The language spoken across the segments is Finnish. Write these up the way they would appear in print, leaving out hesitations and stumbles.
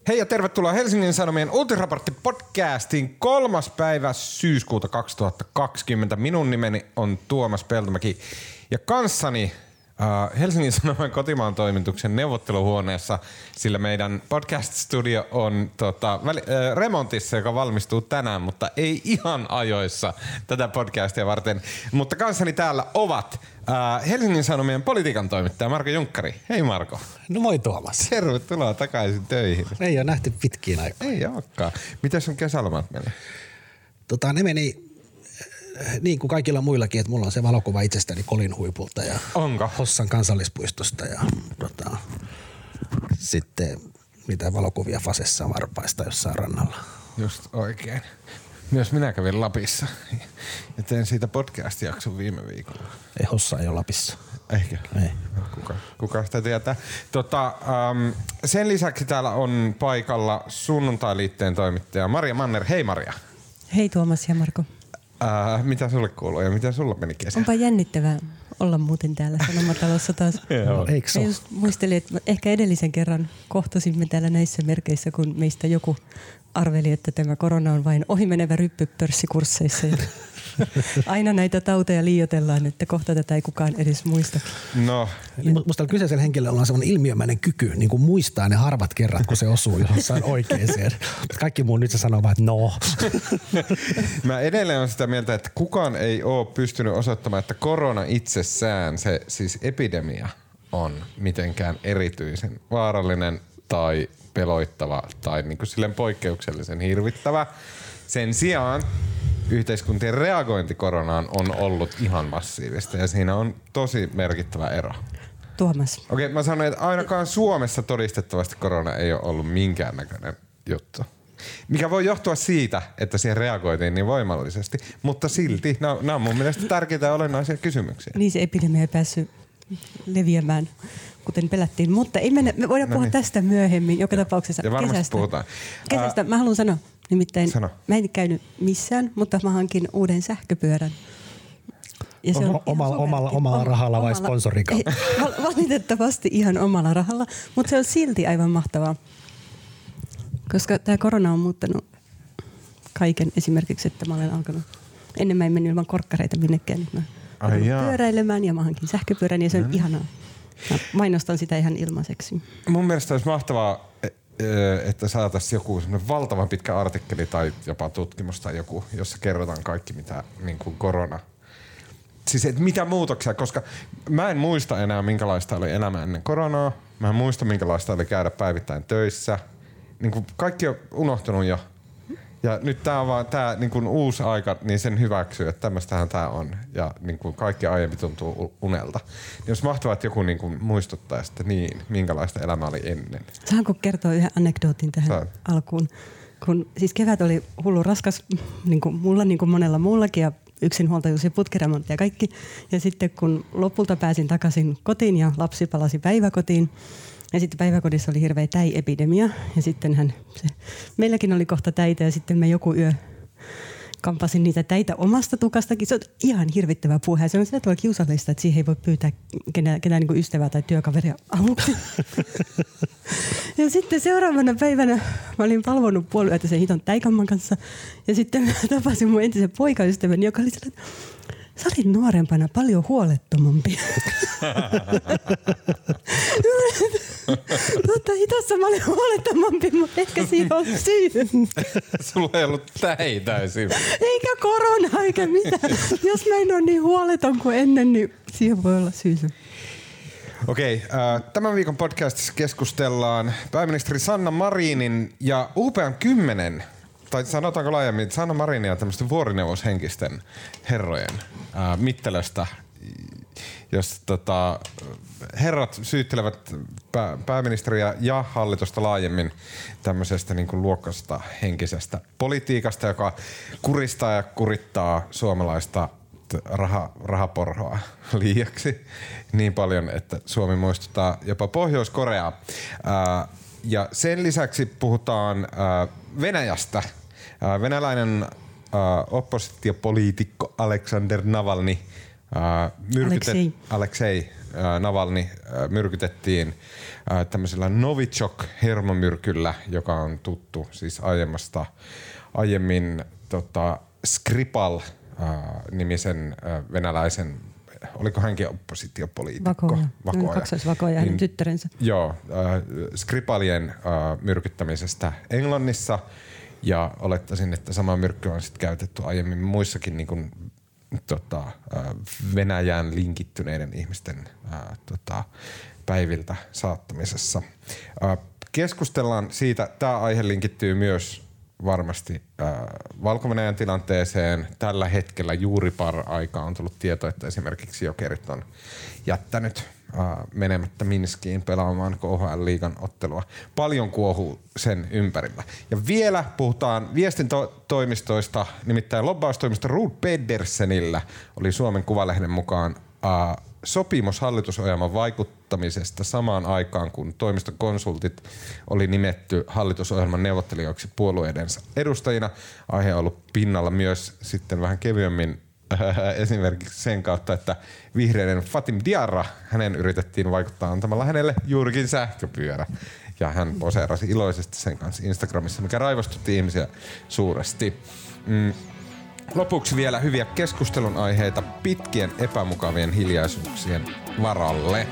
Hei ja tervetuloa Helsingin Sanomien Uutisraportti-podcastiin 3. päivä syyskuuta 2020. Minun nimeni on Tuomas Peltomäki ja kanssani Helsingin Sanomien kotimaan toimituksen neuvotteluhuoneessa, sillä meidän podcast-studio on remontissa, joka valmistuu tänään, mutta ei ihan ajoissa tätä podcastia varten. Mutta kanssani täällä ovat Helsingin Sanomien politiikan toimittaja Marko Junkkari. Hei Marko. No moi Tuomas. Tervetuloa takaisin töihin. Ei ole nähty pitkiin aikaan. Ei olekaan. Mites on kesälomat meille? Ne meni niin kuin kaikilla muillakin, että mulla on se valokuva itsestäni Kolin huipulta ja Onko? Hossan kansallispuistosta ja sitten mitä valokuvia Fasessa varpaista jossain rannalla. Just oikein. Myös minä kävin Lapissa ja tein siitä podcast-jakson viime viikolla. Ei Hossa ei ole Lapissa. Eikä? Ei. Kuka sitä tietää? Sen lisäksi täällä on paikalla Sunnuntai-liitteen toimittaja Maria Manner. Hei Maria. Hei Tuomas ja Marko. Mitä sulle kuuluu ja mitä sulla meni kesä? Onpa jännittävää olla muuten täällä Sanomatalossa taas. Eikö se? Just muistelin, että ehkä edellisen kerran kohtasimme täällä näissä merkeissä, kun meistä joku arveli, että tämä korona on vain ohimenevä ryppy pörssikursseissa. Aina näitä tauteja liioitellaan, että kohta tätä ei kukaan edes muista. No. Musta kyseisellä henkilöllä on sellainen ilmiömäinen kyky niin kuin muistaa ne harvat kerrat, kun se osuu jossain oikeeseen. Kaikki muu nyt se sanoo vaan, että no. Mä edelleen olen sitä mieltä, että kukaan ei ole pystynyt osoittamaan, että korona itsessään, se siis epidemia, on mitenkään erityisen vaarallinen tai peloittava tai niin kuin silleen poikkeuksellisen hirvittävä. Sen sijaan yhteiskuntien reagointi koronaan on ollut ihan massiivista ja siinä on tosi merkittävä ero. Tuomas. Okei, mä sanoin, että ainakaan Suomessa todistettavasti korona ei ole ollut minkäännäköinen juttu. Mikä voi johtua siitä, että siihen reagoitiin niin voimallisesti, mutta silti nämä on mun mielestä tärkeitä ja olennaisia kysymyksiä. Niin se epidemia ei päässyt leviämään, kuten pelättiin, mutta me voidaan puhua tästä myöhemmin joka tapauksessa ja varmasti kesästä. Puhutaan. Kesästä mä haluan sanoa, nimittäin Sano. mä en käynyt missään, mutta mä hankin uuden sähköpyörän. Ja se on omalla rahalla vai sponsorin kautta? Valitettavasti ihan omalla rahalla, mutta se on silti aivan mahtavaa. Koska tämä korona on muuttanut kaiken, esimerkiksi, että mä olen alkanut, ennen mä en mennyt ilman korkkareita minnekään, nyt mä pyöräilemään ja mä hankin sähköpyörän ja se on ihanaa. Mä mainostan sitä ihan ilmaiseksi. Mun mielestä olisi mahtavaa, että saataisiin joku semmoinen valtavan pitkä artikkeli tai jopa tutkimus tai joku, jossa kerrotaan kaikki mitä niin kuin korona. Siis että mitä muutoksia, koska mä en muista enää minkälaista oli elämä ennen koronaa. Mä en muista minkälaista oli käydä päivittäin töissä. Niin kuin kaikki on unohtunut jo. Ja nyt tää on vaan tää niin kuin uusi aika, niin sen hyväksyy, että tämmöistähän tää on. Ja niin kuin kaikki aiempi tuntuu unelta. Niin olisi mahtavaa, että joku niin kuin muistuttaa, että niin, minkälaista elämä oli ennen. Saanko kertoa yhden anekdootin tähän alkuun? Kun siis kevät oli hullu raskas, niin kuin mulla niin kuin monella muullakin ja yksinhuoltajuus ja putkiremontti ja kaikki. Ja sitten kun lopulta pääsin takaisin kotiin ja lapsi palasi päiväkotiin, ja sitten päiväkodissa oli hirveä täiepidemia ja sittenhän meilläkin oli kohta täitä ja sitten me joku yö kampasin niitä täitä omasta tukastakin. Se on ihan hirvittävää puuhaa. Se on sillä tavalla kiusallista, että siihen ei voi pyytää ketään niin kuin ystävää tai työkaveria avuksi. Ja sitten seuraavana päivänä mä olin palvonut puoliyötä sen hiton täikamman kanssa ja sitten mä tapasin mun entisen poikaystäväni, joka oli sellainen, sä olit nuorempana paljon huolettomampi. Hitossa mä olin huolettomampi, mutta ehkä siinä on syy. Sulla ei ollut täitä täysin. Eikä korona eikä mitään. Jos mä en ole niin huoleton kuin ennen, niin siihen voi olla syy. Okei, tämän viikon podcastissa keskustellaan pääministeri Sanna Marinin ja UPM 10, tai sanotaanko laajemmin, Sanna Marinin ja tämmöisten vuorineuvoshenkisten herrojen mittelöstä, jos herrat syyttelevät pääministeriä ja hallitusta laajemmin tämmöisestä niin kuin luokkasta henkisestä politiikasta, joka kuristaa ja kurittaa suomalaista rahaporhoa liiaksi niin paljon, että Suomi muistuttaa jopa Pohjois-Koreaa. Ja sen lisäksi puhutaan Venäjästä. Venäläinen oppositiopoliitikko Aleksander Navalny Aleksei Navalny myrkytettiin tämmöisellä Novichok-hermomyrkyllä, joka on tuttu siis aiemmin Skripal-nimisen venäläisen, oliko hänkin oppositiopoliitikko? Kaksoisvakoja hänen tyttärensä. Joo, Skripalien myrkyttämisestä Englannissa, ja olettaisin, että sama myrkky on sitten käytetty aiemmin muissakin niin kuin, Venäjään linkittyneiden ihmisten päiviltä saattamisessa. Keskustellaan siitä, tämä aihe linkittyy myös varmasti Valko-Venäjän tilanteeseen. Tällä hetkellä juuri aikaa on tullut tieto, että esimerkiksi Jokerit on jättänyt menemättä Minskiin pelaamaan KHL-liigan ottelua. Paljon kuohuu sen ympärillä. Ja vielä puhutaan viestintätoimistoista, nimittäin lobbaustoimisto Ruud Pedersenillä oli Suomen Kuvalehden mukaan sopimus hallitusohjelman vaikuttamisesta samaan aikaan, kun toimistokonsultit oli nimetty hallitusohjelman neuvottelijoiksi puolueidensa edustajina. Aihe on ollut pinnalla myös sitten vähän kevyemmin esimerkiksi sen kautta, että vihreiden Fatim Diarra, hänen yritettiin vaikuttaa antamalla hänelle juurikin sähköpyörä. Ja hän poseerasi iloisesti sen kanssa Instagramissa, mikä raivostutti ihmisiä suuresti. Lopuksi vielä hyviä keskustelun aiheita pitkien epämukavien hiljaisuuksien varalle.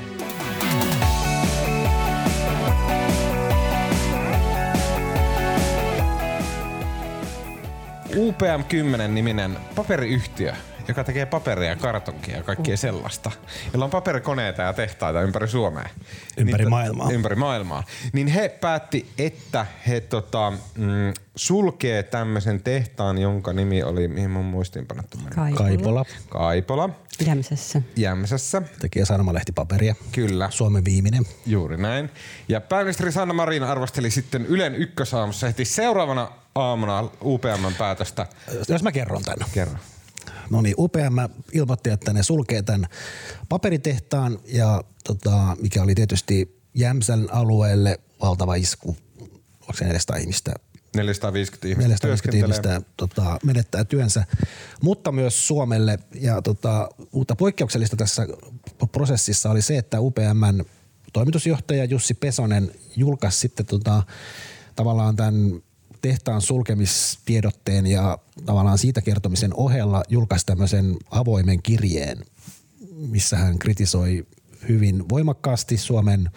UPM10-niminen paperiyhtiö, joka tekee paperia, kartonkia ja kaikkea sellaista, jolla on paperikoneita ja tehtaita ympäri Suomea. Ympäri maailmaa. Niin he päätti, että he sulkee tämmöisen tehtaan, jonka nimi oli, mihin mun muistiinpanottu. Kaipola. Jämsässä. Tekee sanomalehtipaperia. Kyllä. Suomen viimeinen. Juuri näin. Ja pääministeri Sanna Marin arvosteli sitten Ylen Ykkösaamussa heti seuraavana aamuna UPM:n päätöstä. Jos mä kerron tän. Kerro. No niin, UPM ilmoitti, että ne sulkee tämän paperitehtaan ja mikä oli tietysti Jämsän alueelle valtava isku. Onko se 400 ihmistä? 450 ihmistä menettää työnsä, mutta myös Suomelle. Ja uutta poikkeuksellista tässä prosessissa oli se, että UPM:n toimitusjohtaja Jussi Pesonen julkaisi sitten tavallaan tämän tehtaan sulkemistiedotteen ja tavallaan siitä kertomisen ohella julkaisi tämmöisen avoimen kirjeen, missä hän kritisoi hyvin voimakkaasti Suomen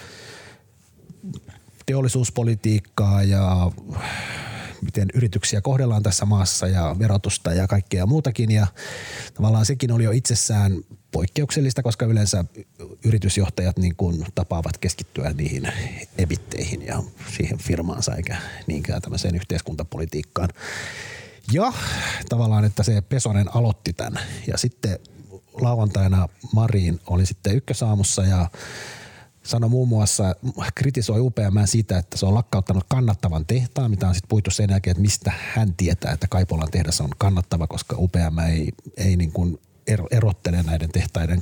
teollisuuspolitiikkaa ja miten yrityksiä kohdellaan tässä maassa ja verotusta ja kaikkea muutakin. Ja tavallaan sekin oli jo itsessään poikkeuksellista, koska yleensä yritysjohtajat niin kuin tapaavat keskittyä niihin ebitteihin ja siihen firmaansa eikä niinkään tämmöiseen yhteiskuntapolitiikkaan. Ja tavallaan, että se Pesonen aloitti tämän ja sitten lauantaina Marin oli sitten Ykkösaamussa ja sanoi muun muassa, kritisoi UPM siitä, että se on lakkauttanut kannattavan tehtaan, mitä on sitten puhuttu sen jälkeen, että mistä hän tietää, että Kaipolan tehdas on kannattava, koska UPM ei niin kuin erottele näiden tehtaiden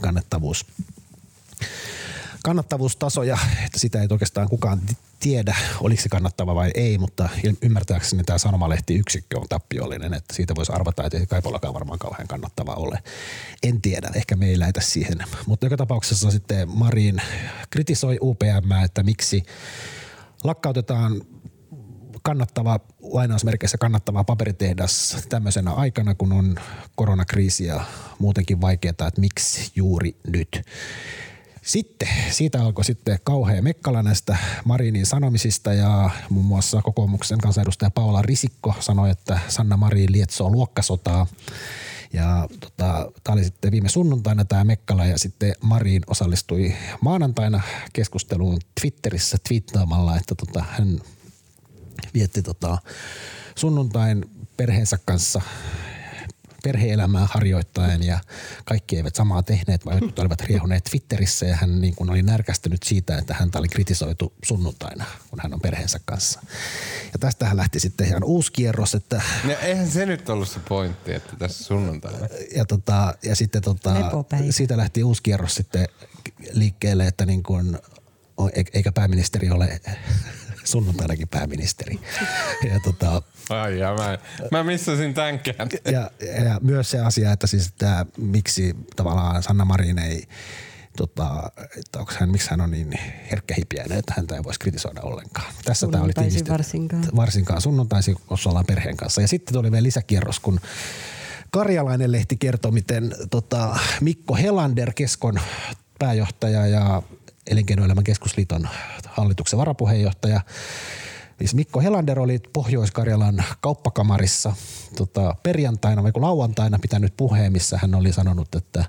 kannattavuustasoja, että sitä ei oikeastaan kukaan tiedä, oliko se kannattava vai ei, mutta ymmärtääkseni tämä sanomalehti-yksikkö on tappiollinen, että siitä voisi arvata, että ei Kaipolakaan varmaan kauhean kannattava ole. En tiedä, ehkä me ei lähetä siihen, mutta joka tapauksessa sitten Marin kritisoi UPM, että miksi lakkautetaan lainausmerkeissä kannattava paperitehdas tämmöisenä aikana, kun on koronakriisi ja muutenkin vaikeaa, että miksi juuri nyt. Sitten siitä alkoi sitten kauhea mekkala näistä Marinin sanomisista ja muun muassa kokoomuksen kansanedustaja Paula Risikko sanoi, että Sanna Marin lietsoo luokkasotaa. Ja tämä oli sitten viime sunnuntaina tämä mekkala ja sitten Marin osallistui maanantaina keskusteluun Twitterissä twiittaamalla, että hän vietti sunnuntain perheensä kanssa perhe-elämää harjoittaen ja kaikki eivät samaa tehneet, vaan jotkut olivat riehuneet Twitterissä ja hän niin kuin oli närkästynyt siitä, että häntä oli kritisoitu sunnuntaina, kun hän on perheensä kanssa. Ja tästähän lähti sitten ihan uusi kierros, että eihän se nyt ollut se pointti, että tässä sunnuntaina. Ja sitten siitä lähti uusi kierros sitten liikkeelle, että niin kuin, eikä pääministeri ole sunnuntainakin pääministeri. Ja mä missasin tänkään. Ja myös se asia, että siis miksi tavallaan Sanna Marin ei miksi hän on niin herkkähipiäinen, että häntä ei voisi kritisoida ollenkaan. Tässä tämä oli varsinkaan sunnuntaisin, jos ollaan perheen kanssa. Ja sitten tuli vielä lisäkierros, kun Karjalainen lehti kertoi, miten Mikko Helander, Keskon pääjohtaja ja Elinkeinoelämän keskusliiton hallituksen varapuheenjohtaja, siis Mikko Helander oli Pohjois-Karjalan kauppakamarissa perjantaina vai lauantaina pitänyt puheen, missä hän oli sanonut, että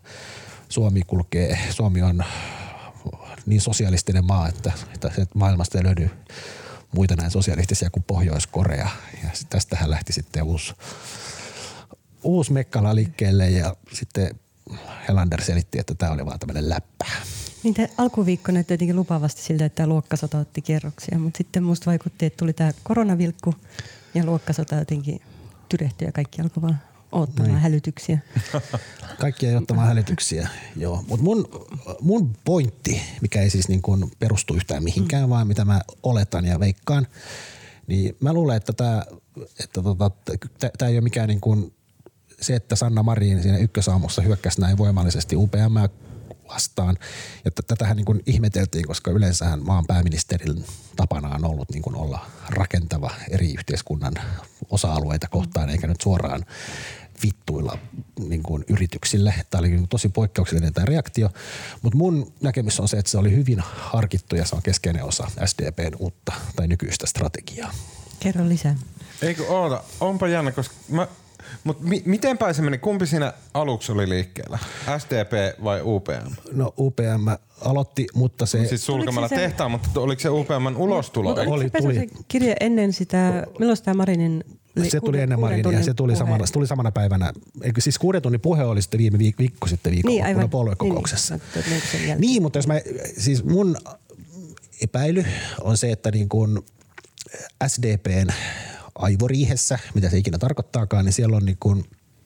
Suomi on niin sosialistinen maa, että maailmasta ei löydy muita näin sosialistisia kuin Pohjois-Korea. Ja tästä hän lähti sitten uusi mekkala liikkeelle ja sitten Helander selitti, että tämä oli vaan tämmöinen läppä. Niin alkuviikko näytti jotenkin lupaavasti siltä, että tämä luokkasota otti kierroksia, mutta sitten musta vaikutti, että tuli tämä koronavilkku ja luokkasota jotenkin tyrehtyi ja kaikki alkoi vaan odottamaan hälytyksiä. Kaikki ei ottamaan hälytyksiä, joo. Mutta mun pointti, mikä ei siis niin kuin perustu yhtään mihinkään, vaan mitä mä oletan ja veikkaan, niin mä luulen, että tämä ei ole mikään niin kuin se, että Sanna Marin siinä Ykkösaamussa hyökkäsi näin voimallisesti UPM:ää vastaan. Ja tätähän niin kuin ihmeteltiin, koska yleensähän maan pääministerin tapana on ollut niin kuin olla rakentava eri yhteiskunnan osa-alueita kohtaan, eikä nyt suoraan vittuilla niin kuin yrityksille. Tämä oli tosi poikkeuksellinen tämä reaktio, mutta mun näkemys on se, että se oli hyvin harkittu ja se on keskeinen osa SDP:n uutta tai nykyistä strategiaa. Kerro lisää. Eikö oota, onpa jännä, koska mutta miten päin se meni? Kumpi siinä aluksi oli liikkeellä? SDP vai UPM? No UPM aloitti, mutta se... Siis sulkemalla tehtaan, mutta oliko se UPM:n ulostulo? Tuli se kirje ennen sitä, milloin tämä Marinin... Se tuli ennen Marinia, se tuli samana päivänä. Eikö siis 6 tunnin puhe oli sitten viime viikko sitten viikonloppuna puoluekokouksessa. Niin, mutta jos siis mun epäily on se, että niin kuin SDP:n aivoriihessä, mitä se ikinä tarkoittaakaan, niin siellä on niin kuin,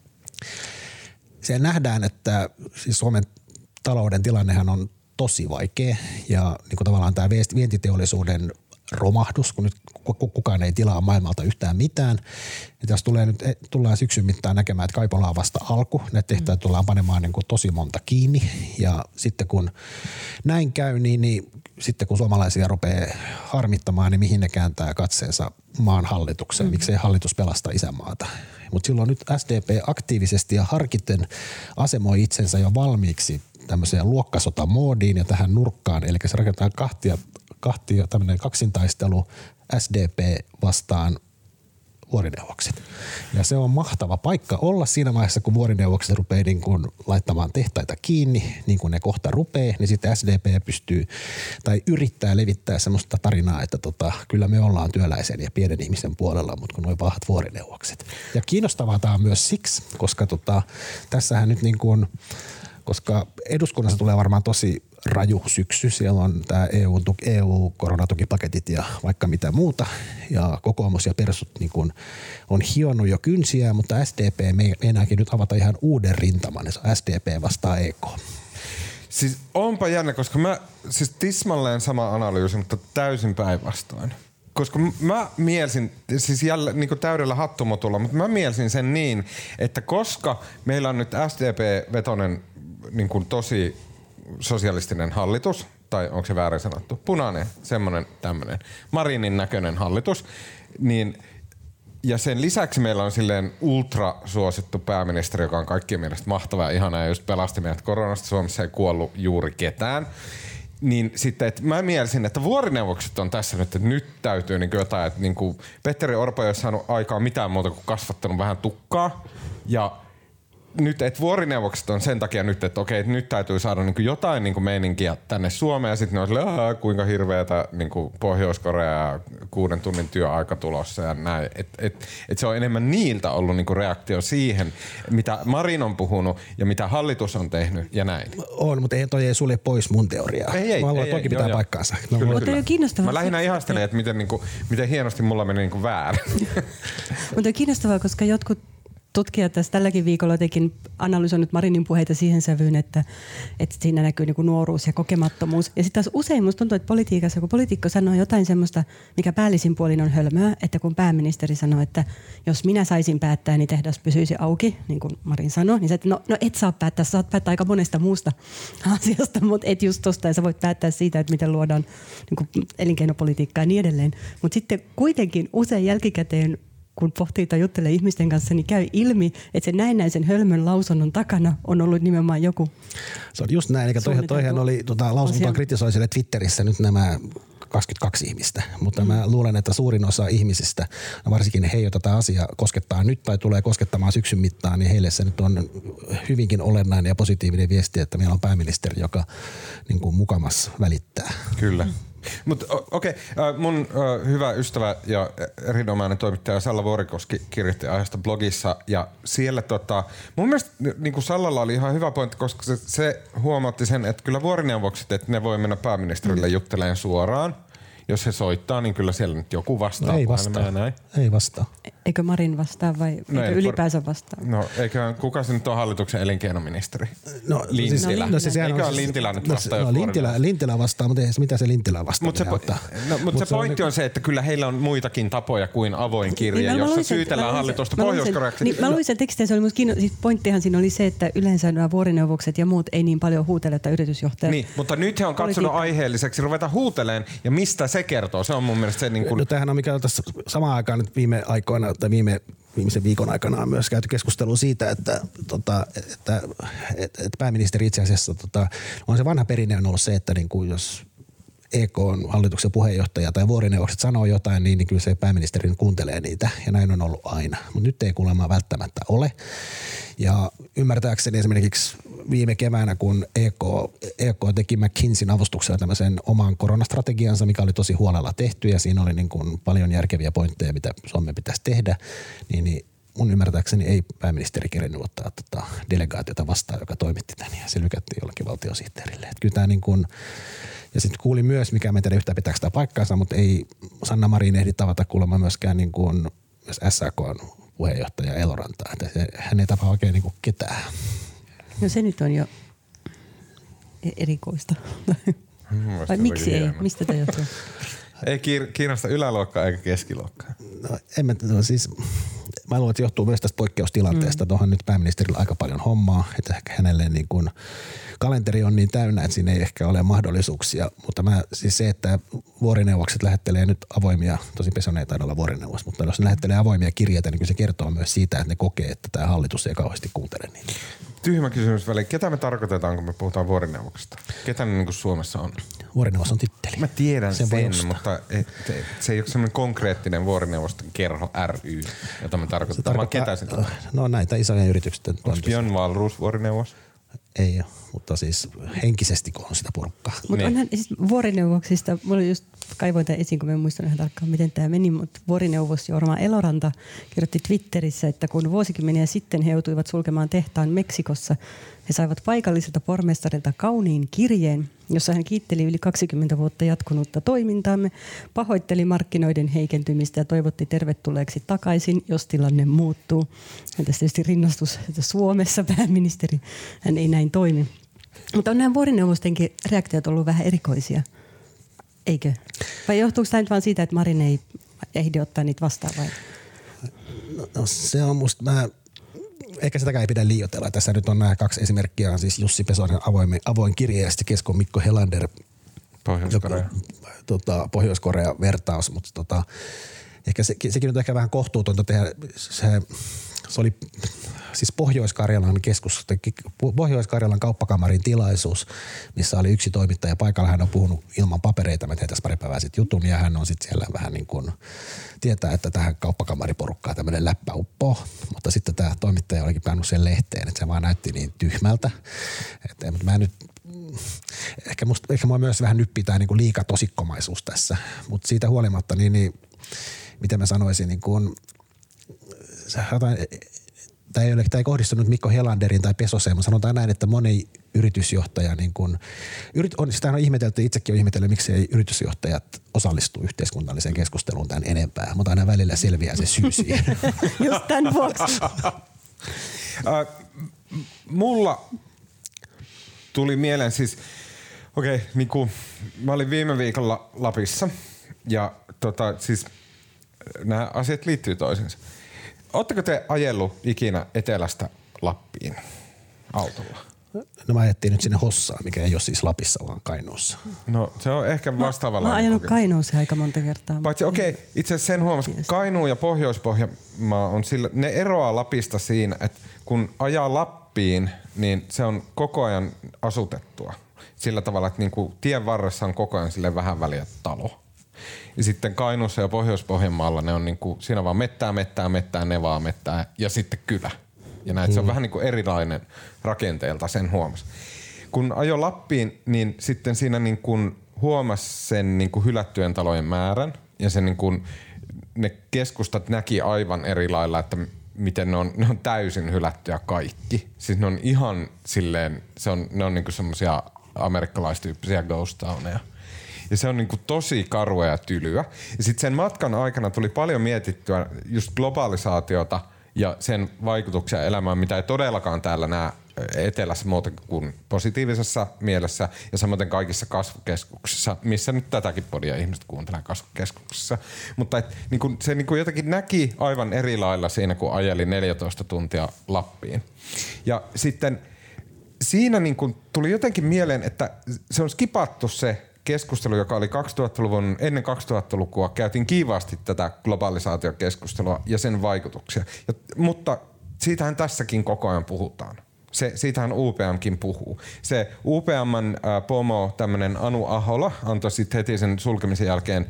siellä nähdään, että siis Suomen talouden tilannehan on tosi vaikea ja niin kuin tavallaan tämä vientiteollisuuden romahdus, kun nyt kukaan ei tilaa maailmalta yhtään mitään. Ja tässä tullaan syksyn mittaan näkemään, että Kaipola on vasta alku. Näitä tehtäjät tullaan panemaan niin kuin tosi monta kiinni ja sitten kun näin käy, niin sitten kun suomalaisia rupeaa harmittamaan, niin mihin ne kääntää katseensa maan hallitukseen, miksei hallitus pelasta isänmaata. Mutta silloin nyt SDP aktiivisesti ja harkiten asemoi itsensä jo valmiiksi tämmöiseen luokkasotamoodiin ja tähän nurkkaan, eli se rakentaa kahtia tämmöinen kaksintaistelu SDP vastaan vuorineuvokset. Ja se on mahtava paikka olla siinä vaiheessa, kun vuorineuvokset rupeaa niin kuin laittamaan tehtaita kiinni, niin kuin ne kohta rupeaa, niin sitten SDP pystyy tai yrittää levittää semmoista tarinaa, että kyllä me ollaan työläisen ja pienen ihmisen puolella, mutta kun nuo pahat vuorineuvokset. Ja kiinnostavaa tämä on myös siksi, koska tässähän nyt niin kuin, koska eduskunnassa tulee varmaan tosi raju syksy. Siellä on tämä EU-koronatukipaketit ja vaikka mitä muuta. Ja kokoomus ja persut niin kun on hionnut jo kynsiä, mutta SDP meinaakin nyt avata ihan uuden rintaman. Se on SDP vastaan EK. Siis onpa jännä, koska mä siis tismalleen sama analyysi, mutta täysin päinvastoin. Koska mä mielsin, siis jälleen niin kuin täydellä hattumotulla, mutta mä mielsin sen niin, että koska meillä on nyt SDP-vetoinen niin kuin tosi sosialistinen hallitus, tai onko se väärin sanottu, punainen, semmoinen tämmöinen Marinin näköinen hallitus, niin ja sen lisäksi meillä on silleen ultrasuosittu pääministeri, joka on kaikkien mielestä mahtava ja ihana ja just pelasti meidät koronasta. Suomessa ei kuollut juuri ketään. Niin sitten, että mä mielisin, että vuorineuvokset on tässä nyt, että nyt täytyy niin jotain, että niin kuin Petteri Orpo ei ole saanut aikaan mitään muuta kuin kasvattanut vähän tukkaa ja nyt, että vuorineuvokset on sen takia nyt, että okei, että nyt täytyy saada niin kuin jotain niin kuin meininkiä tänne Suomeen ja sitten ne on silleen, kuinka hirveätä niin kuin Pohjois-Korea 6 tunnin työaika tulossa ja näin. Et se on enemmän niiltä ollut niin kuin reaktio siihen, mitä Marin on puhunut ja mitä hallitus on tehnyt ja näin. On, mutta toi ei sulje pois mun teoriaa. Ei, mä haluan, toki pitää paikkaansa. Mutta on kiinnostavaa. Mä lähinnä ihastelen, että miten hienosti mulla meni niin kuin väärin. Mutta on kiinnostavaa, koska jotkut tutkijat tässä tälläkin viikolla tekin analysoinut Marinin puheita siihen sävyyn, että siinä näkyy niin kuin nuoruus ja kokemattomuus. Ja sitten taas usein musta tuntuu, että politiikassa, kun poliitikko sanoo jotain semmoista, mikä päällisin puolin on hölmöä, että kun pääministeri sanoo, että jos minä saisin päättää, niin tehdas pysyisi auki, niin kuin Marin sanoi, niin sä, että no et saa päättää, saat päättää aika monesta muusta asiasta, mutta et just tosta, ja sä voit päättää siitä, että miten luodaan niin kuin elinkeinopolitiikkaa ja niin edelleen. Mutta sitten kuitenkin usein jälkikäteen, kun pohtii tai juttelee ihmisten kanssa, niin käy ilmi, että se näennäisen hölmön lausunnon takana on ollut nimenomaan joku. Se on just näin, eli toihan oli lausuntoa kritisoi siellä Twitterissä nyt nämä 22 ihmistä, mutta mä luulen, että suurin osa ihmisistä, varsinkin he, joita tämä asia koskettaa nyt tai tulee koskettamaan syksyn mittaan, niin heille se nyt on hyvinkin olennainen ja positiivinen viesti, että meillä on pääministeri, joka niin kuin mukamas välittää. Kyllä. Mutta okei, mun hyvä ystävä ja erinomainen toimittaja Salla Vuorikoski kirjoitti aiheesta blogissa ja siellä mun mielestä niin kuin Sallalla oli ihan hyvä pointti, koska se huomautti sen, että kyllä vuorineuvokset, että ne voi mennä pääministerille juttelemaan suoraan. Jos he soittaa, niin kyllä siellä nyt joku vastaa. No ei vastaa. Ei vastaa. Eikö Marin vastaa vai eikö ylipäänsä vastaa? No eiköhän, kuka se nyt on hallituksen elinkeinoministeri? No Lintilä. Eiköhän Lintilä nyt vastaa. Lintilä vastaa, mutta mitä se Lintilä vastaa? Mutta se pointti on se, että kyllä heillä on muitakin tapoja kuin avoin kirje, jossa syytellään hallitusta Pohjois-Koreaksi. Mä luin sen tekstin, se oli musta siis pointtihan siinä oli se, että yleensä nämä vuorineuvokset ja muut ei niin paljon huutele, että yritysjohtajat. Niin, mutta nyt he on katsonut aiheelliseksi ruveta huuteleen ja mistä se kertoo? Se on mun mielestä se niin kuin... No tämähän on mikä on tässä samaan aikaan nyt viime aikoina tai viimeisen viikon aikana on myös käyty keskustelua siitä, että pääministeri itse asiassa on se vanha perinne on ollut se, että niin kuin jos EK on hallituksen puheenjohtaja tai vuorineuvokset sanoo jotain, niin kyllä se pääministeri kuuntelee niitä ja näin on ollut aina. Mutta nyt ei kuulemma välttämättä ole. Ja ymmärtääkseni esimerkiksi viime keväänä, kun EK teki McKinseyn avustuksella tämmöisen oman koronastrategiansa, mikä oli tosi huolella tehty ja siinä oli niin kuin paljon järkeviä pointteja, mitä Suomen pitäisi tehdä, niin mun ymmärtääkseni ei pääministeri kerennyt ottaa delegaatiota vastaan, joka toimitti tämän ja se lykättiin jollekin valtiosihteerille. Että kyllä tämä niin kuin, ja sitten kuulin myös, mikä en tiedä yhtään pitääkö sitä paikkaansa, mutta ei Sanna Marin ehdi tavata kuulemma myöskään niin kuin myös SAK:n puheenjohtaja Elorantaa. Että hän ei tapaa oikein niin kuin ketään. No se nyt on jo erikoista. Vai miksi ei? Mistä te johtuu? Ei kiinnosta yläluokkaa eikä keskiluokkaa. No, siis mä luulen, että johtuu myös tästä poikkeustilanteesta. Tuohon nyt pääministerillä aika paljon hommaa, että ehkä hänelle niin kuin kalenteri on niin täynnä, että siinä ei ehkä ole mahdollisuuksia. Mutta siis se, että vuorineuvokset lähettelee nyt avoimia, tosi Pesonen ei taida olla vuorineuvos, mutta jos ne lähettelee avoimia kirjeitä, niin kyllä se kertoo myös siitä, että ne kokee, että tämä hallitus ei kauheasti kuuntele niitä. Tyhmä kysymys väliin. Ketä me tarkoitetaan, kun me puhutaan vuorineuvoksesta? Ketä ne niin kuin Suomessa on? Vuorineuvos on titteli. Mä tiedän sen mutta se ei ole semmoinen konkreettinen vuorineuvoston kerho ry, jota me tarkoitetaan. Ketä se no näitä isoja yrityksiä. Onko Björn Wahlroos vuorineuvos? Ei ole, mutta siis henkisesti on sitä porukkaa. Mutta onhan siis vuorineuvoksista, mulla just kaivoin tämän esiin, kun mä en muistan ihan tarkkaan, miten tämä meni, mutta vuorineuvos Jorma Eloranta kirjoitti Twitterissä, että kun vuosikymmeniä sitten he joutuivat sulkemaan tehtaan Meksikossa, he saivat paikalliselta pormestarilta kauniin kirjeen, jossa hän kiitteli yli 20 vuotta jatkunutta toimintaamme, pahoitteli markkinoiden heikentymistä ja toivotti tervetulleeksi takaisin, jos tilanne muuttuu. Ja tässä tietysti rinnastus, että Suomessa pääministeri, hän ei näin toimi. Mutta on nämä vuorineuvostenkin reaktiot ollut vähän erikoisia, eikö? Vai johtuuko tämä nyt vaan siitä, että Marin ei ehdi ottaa niitä vastaan vai? No se on musta, ehkä sitäkään ei pidä liioitella. Tässä nyt on nämä kaksi esimerkkiä, on siis Jussi Pesonen avoin kirje ja sitten Kesko Mikko Helander Pohjois-Korea. Pohjois-Korea vertaus, mutta ehkä sekin on ehkä vähän kohtuutonta tehdä. Se oli siis Pohjois-Karjalan kauppakamarin tilaisuus, missä oli yksi toimittaja paikalla. Hän on puhunut ilman papereita, mä tein tässä pari päivää sitten jutun ja hän on sitten siellä vähän niin kuin tietää, että tähän kauppakammariporukkaan tämmöinen läppä uppoo, mutta sitten tämä toimittaja olikin pannut sen lehteen, että se vaan näytti niin tyhmältä. Että mä nyt ehkä mua myös vähän nyppii tämä niin liika tosikkomaisuus tässä, mutta siitä huolimatta niin mitä mä sanoisin, niin kuin tämä ei kohdistunut Mikko Helanderin tai Pesoseen, mutta sanotaan näin, että moni yritysjohtaja, niin kun, sitä on ihmetelty, itsekin on ihmetellyt, miksi ei yritysjohtajat osallistu yhteiskunnalliseen keskusteluun tämän enempää, mutta aina välillä selviää se syy siihen. Just tämän vuoksi. Mulla tuli mieleen siis, niinku, mä olin viime viikolla Lapissa ja siis nämä asiat liittyy toisiinsa. Ootteko te ajellut ikinä etelästä Lappiin autolla? No mä ajettiin nyt sinne Hossaan, mikä ei ole siis Lapissa, vaan Kainuussa. No se on ehkä vastaavalla. Mä oon ajanut Kainuussa aika monta kertaa. Paitsi itse asiassa sen huomasi, Kainuu ja Pohjois-Pohjanmaa on sillä, ne eroaa Lapista siinä, että kun ajaa Lappiin, niin se on koko ajan asutettua. Sillä tavalla, että niinku tien varressa on koko ajan sille vähän väliä talo. Ja sitten Kainuussa ja Pohjois-Pohjanmaalla ne on niinku, siinä vaan mettää, nevaa, mettää ja sitten kylä. Ja näin, se on vähän niinku erilainen rakenteelta, sen huomasi. Kun ajo Lappiin, niin sitten siinä niinku huomasi sen niinku hylättyjen talojen määrän ja sen niinku, ne keskustat näki aivan eri lailla, että miten ne on täysin hylättyjä kaikki. Siis ne on ihan silleen, ne on niinku semmosia amerikkalaistyyppisiä ghost towneja. Ja se on niinku tosi karua ja tylyä. Ja sitten sen matkan aikana tuli paljon mietittyä just globalisaatiota ja sen vaikutuksia elämään, mitä ei todellakaan täällä näe etelässä muuta kuin positiivisessa mielessä ja samoin kaikissa kasvukeskuksissa, missä nyt tätäkin podia ihmiset kuuntelee kasvukeskuksissa. Mutta se jotenkin näki aivan eri lailla siinä, kun ajeli 14 tuntia Lappiin. Ja sitten siinä tuli jotenkin mieleen, että se on skipattu se keskustelu, joka oli 2000-luvun, ennen 2000-lukua, käytiin kiivaasti tätä globalisaatiokeskustelua ja sen vaikutuksia. Mutta siitähän tässäkin koko ajan puhutaan. Siitähän UPMkin puhuu. Se UPM:n pomo, tämmönen Anu Ahola, antoi sitten heti sen sulkemisen jälkeen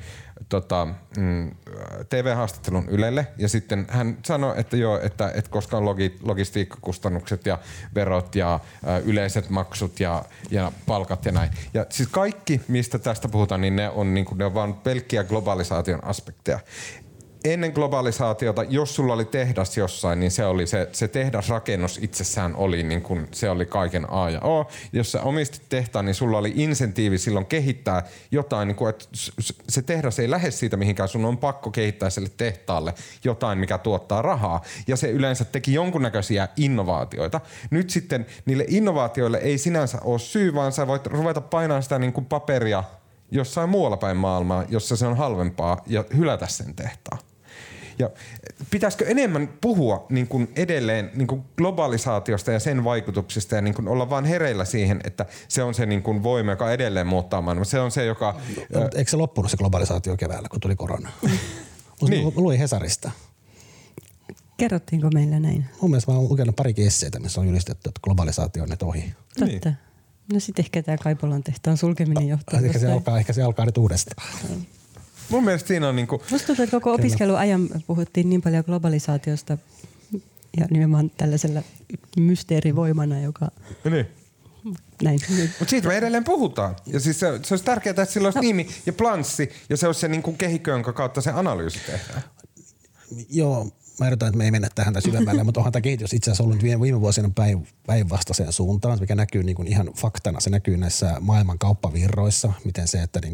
TV-haastattelun Ylelle ja sitten hän sanoi, että joo, että koska on logistiikkakustannukset ja verot ja yleiset maksut ja palkat ja näin. Ja siis kaikki, mistä tästä puhutaan, niin ne on vaan pelkkiä globalisaation aspekteja. Ennen globalisaatiota, jos sulla oli tehdas jossain, niin se oli se tehdasrakennus itsessään oli niin kuin, se oli kaiken A ja O. Jos sä omistit tehtaan, niin sulla oli insentiivi silloin kehittää jotain, niin kuin, että se tehdas ei lähde siitä mihinkään, sun on pakko kehittää sille tehtaalle jotain, mikä tuottaa rahaa. Ja se yleensä teki jonkunnäköisiä innovaatioita. Nyt sitten niille innovaatioille ei sinänsä ole syy, vaan sä voit ruveta painamaan sitä niin kuin paperia jossain muualla päin maailmaa, jossa se on halvempaa ja hylätä sen tehtaan. Ja pitäisikö enemmän puhua niin kuin edelleen niin kuin globalisaatiosta ja sen vaikutuksista ja niin kuin olla vaan hereillä siihen, että se on se niin kuin voima, joka edelleen muuttaa maailmaa. Se on se, joka... Eikö se loppunut se globalisaatio keväällä, kun tuli korona? Niin. Luin Hesarista. Kerrottiinko meillä näin? Mun mielestä mä oon lukenut parikin esseitä, missä on julistettu, että globalisaatio on nyt ohi. Totta. Niin. No sit ehkä tää Kaipolan tehtaan sulkeminen johtaa. Ehkä se alkaa nyt uudestaan. Mun mielestä siinä on niinku... Musta tuntuu, että koko opiskeluajan puhuttiin niin paljon globalisaatiosta ja nimenomaan tällaisella mysteerivoimana, joka... Niin. Näin. Mutta siitä me edelleen puhutaan. Ja siis se olisi tärkeää, että sillä olisi nimi ja planssi ja se olisi se niinku kehikko, jonka kautta se analyysi tehdään. Joo, mä ehdotan, että me ei mennä tähän syvemmälle, mutta onhan tämä kehitys itse asiassa ollut viime vuosina päinvastaiseen suuntaan, mikä näkyy niin kuin ihan faktana. Se näkyy näissä maailman kauppavirroissa, miten se, että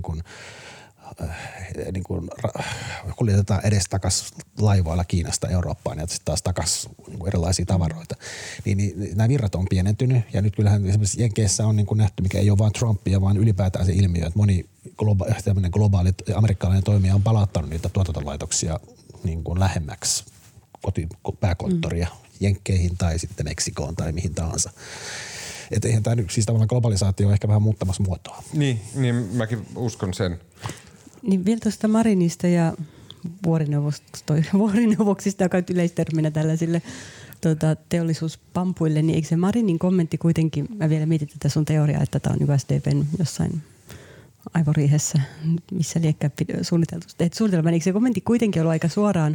kuljetetaan edestakas laivoilla Kiinasta Eurooppaan ja sitten taas takas erilaisia tavaroita. Niin nämä virrat on pienentynyt ja nyt kyllähän esimerkiksi Jenkeissä on nähty, mikä ei ole vain Trumpia, vaan ylipäätään se ilmiö, että moni globaali amerikkalainen toimija on palauttanut niitä tuotantolaitoksia niin kuin lähemmäksi pääkonttoria Jenkkeihin tai sitten Meksikoon tai mihin tahansa. Että eihän tämä nyt siis tavallaan globalisaatio on ehkä vähän muuttamassa muotoa. Niin mäkin uskon sen. Niin vielä tuosta Marinista ja vuorineuvoksista, joka on yleisterminä tällaisille teollisuuspampuille, niin eikö se Marinin kommentti kuitenkin, mä vielä mietin tätä sun teoriaa, että tämä on niin SDPn jossain aivoriihessä, missä liekkää suunniteltu. Suunnitelma, eikö se kommentti kuitenkin ollut aika suoraan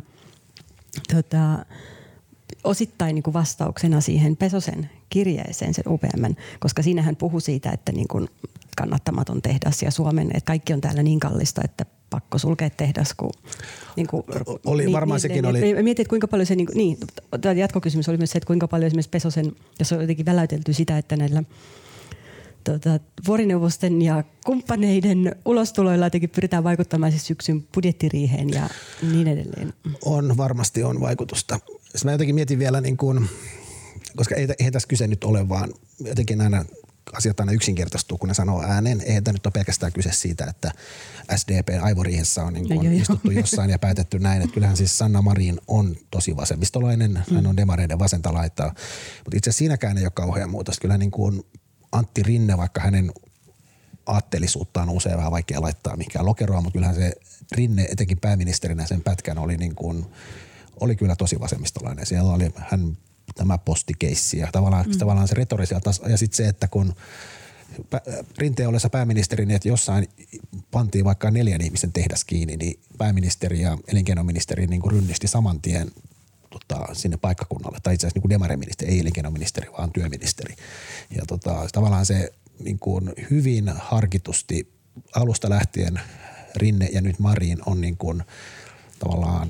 osittain niin kuin vastauksena siihen Pesosen kirjeeseen, sen UPM:n, koska siinä hän puhui siitä, että niin kuin kannattamaton tehdas ja Suomen, että kaikki on täällä niin kallista, että pakko sulkea tehdas. Oli varmaan sekin oli. Mietin, että kuinka paljon se, jatkokysymys oli myös se, että kuinka paljon esimerkiksi Pesosen, jos on jotenkin väläytelty sitä, että näillä vuorineuvosten ja kumppaneiden ulostuloilla jotenkin pyritään vaikuttamaan siis syksyn budjettiriiheen ja niin edelleen. Varmasti on vaikutusta. mä jotenkin mietin vielä, niin kuin, koska ei tässä kyse nyt ole, vaan jotenkin aina asiat aina yksinkertaistuu, kun ne sanoo ääneen. Eihän tämä nyt ole pelkästään kyse siitä, että SDP aivoriihessä on niin kuin istuttu jossain ja päätetty näin. Että kyllähän siis Sanna Marin on tosi vasemmistolainen, hän on demareiden vasenta laitaa. Mutta itse asiassa siinäkään ei ole kauhean muutos. Kyllä niin kuin Antti Rinne, vaikka hänen aatteellisuuttaan on usein vähän vaikea laittaa mihinkään lokeroa, mutta kyllähän se Rinne etenkin pääministerinä sen pätkän oli kyllä tosi vasemmistolainen. Siellä oli tämä postikeissi ja tavallaan se retorisia taso. Ja sitten se, että kun Rinteen ollessa pääministeri, niin että jossain pantiin vaikka 4 ihmisen tehdas kiinni, niin pääministeri ja elinkeinoministeri niin kuin rynnisti saman tien sinne paikkakunnalle. Tai itse asiassa niin kuin demariministeri, ei elinkeinoministeri, vaan työministeri. Ja tavallaan se niin kuin hyvin harkitusti alusta lähtien Rinne ja nyt Marin on niin kuin tavallaan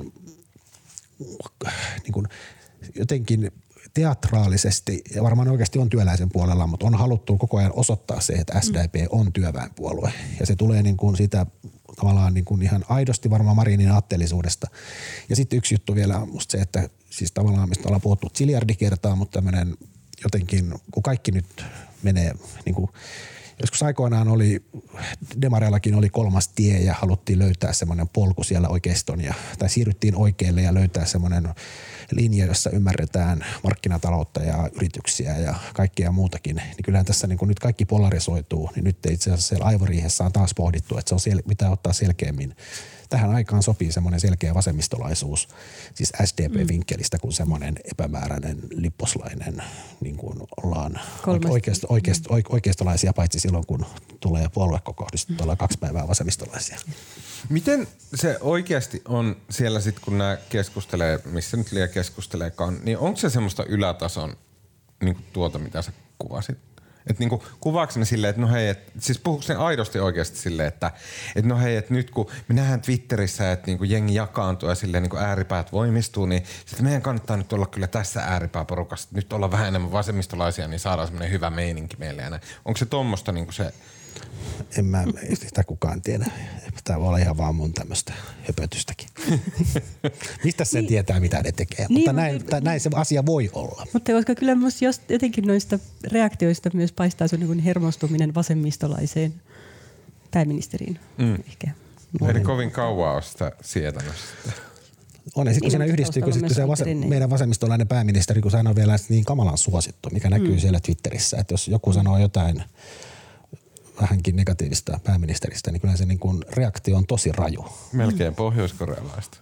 niin kuin jotenkin teatraalisesti, ja varmaan oikeasti on työläisen puolella, mutta on haluttu koko ajan osoittaa se, että SDP on työväenpuolue. Ja se tulee niin kuin sitä tavallaan niin kuin ihan aidosti varmaan Marinin aatteellisuudesta. Ja sitten yksi juttu vielä on musta se, että siis tavallaan mistä ollaan puhuttu ziljardikertaa, mutta tämmöinen jotenkin, kun kaikki nyt menee niin kuin joskus aikoinaan demareillakin oli 3. tie ja haluttiin löytää semmoinen polku siellä oikeiston tai siirryttiin oikealle ja löytää semmoinen linja, jossa ymmärretään markkinataloutta ja yrityksiä ja kaikkea muutakin. Niin kyllähän tässä niin kun nyt kaikki polarisoituu, niin nyt itse asiassa siellä aivoriihessä on taas pohdittu, että se on pitää ottaa selkeämmin. Tähän aikaan sopii semmoinen selkeä vasemmistolaisuus, siis SDP-vinkkelistä, kun semmoinen epämääräinen lipposlainen, niin kuin ollaan oikeistolaisia, paitsi silloin, kun tulee puoluekokous, niin ollaan 2 päivää vasemmistolaisia. Miten se oikeasti on siellä sitten, kun nämä keskustelee, missä nyt liian keskusteleekaan, niin onko se semmoista ylätason niin mitä sä kuvasit? Että niinku kuvaako ne silleen, että no hei, siis puhuuko ne aidosti oikeasti silleen, että no hei, että nyt kun me nähdään Twitterissä, että niinku jengi jakaantuu ja silleen niinku ääripäät voimistuu, niin sitten meidän kannattaa nyt olla kyllä tässä ääripääporukassa, nyt olla vähän enemmän vasemmistolaisia, niin saadaan semmoinen hyvä meininki meille ja näin. Onko se tommoista niinku se? En mä sitä kukaan tiedä. Tämä voi olla ihan vaan mun tämmöistä höpötystäkin. Mistä sen tietää, mitä ne tekee? Niin, mutta näin se asia voi olla. Mutta koska kyllä musta jotenkin noista reaktioista myös paistaa sun niin hermostuminen vasemmistolaiseen pääministeriin. Ehkä. Eli kovin kauan on sitä sietänyt. On, ja sitten kun siinä yhdistyy, kun se meidän vasemmistolainen pääministeri, kun sehän on vielä niin kamalan suosittu, mikä näkyy siellä Twitterissä, että jos joku sanoo jotain vähänkin negatiivista pääministeristä, niin kyllä se niin kuin reaktio on tosi raju. Melkein pohjoiskorealaista.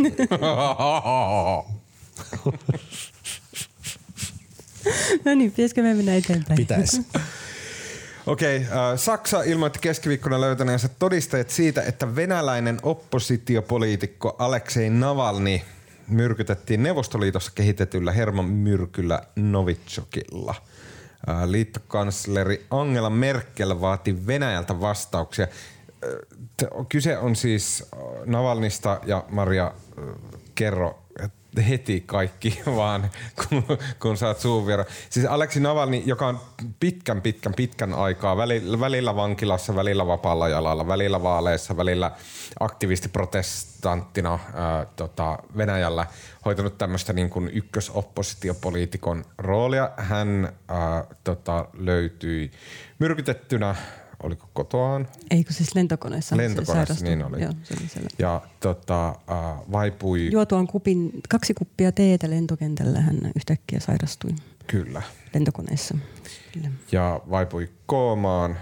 No niin, pitäisikö me mennä eteenpäin? Pitäisi. Okei, Saksa ilmoitti keskiviikkona löytäneensä todisteet siitä, että venäläinen oppositiopoliitikko Aleksei Navalny myrkytettiin Neuvostoliitossa kehitetyllä hermomyrkyllä Novichokilla. Liittokansleri Angela Merkel vaati Venäjältä vastauksia. Kyse on siis Navalnysta ja Maria, kerro heti kaikki vaan, kun saat suun vieraan. Siis Aleksei Navalny, joka on pitkän aikaa, välillä vankilassa, välillä vapaalla jalalla, välillä vaaleissa, välillä aktivistiprotestanttina Venäjällä hoitanut tämmöistä niin kuin ykkösoppositiopoliitikon roolia. Hän löytyi myrkytettynä, oliko kotoaan? Eikö siis lentokoneessa? Lentokoneessa, niin oli. Joo, se oli siellä. Ja vaipui. Juotuaan 2 kuppia teetä lentokentällä hän yhtäkkiä sairastui. Kyllä. Lentokoneessa. Kyllä. Ja vaipui koomaan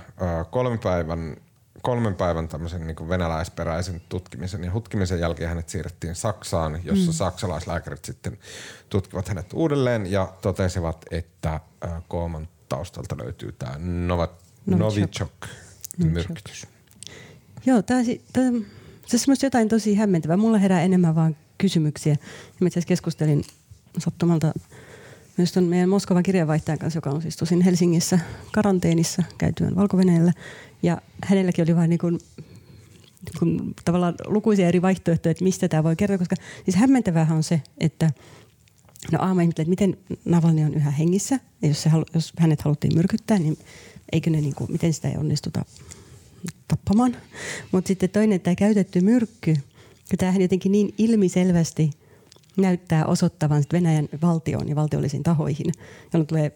3 päivän tämmöisen niin kuin venäläisperäisen tutkimisen ja hutkimisen jälkeen hänet siirrettiin Saksaan, jossa saksalaislääkärit sitten tutkivat hänet uudelleen ja totesivat, että kooman taustalta löytyy tämä Novichok-myrkytys. Joo, se on semmoista jotain tosi hämmentävää. Mulla herää enemmän vaan kysymyksiä. Mä itse asiassa keskustelin sattumalta myös ton meidän Moskovan kirjeenvaihtajan kanssa, joka on siis tosin Helsingissä karanteenissa käytyään Valko-Venäjällä. Ja hänelläkin oli vain niin kuin tavallaan lukuisia eri vaihtoehtoja, että mistä tämä voi kertoa, koska siis hämmentäväähän on se, että mä ihmettelen, että miten Navalny on yhä hengissä, ja jos hänet haluttiin myrkyttää, niin eikö ne niinku, miten sitä ei onnistuta tappamaan. Mutta sitten toinen, tämä käytetty myrkky, kun tämähän jotenkin niin ilmiselvästi näyttää osoittavan Venäjän valtioon ja valtiollisiin tahoihin, jolloin tulee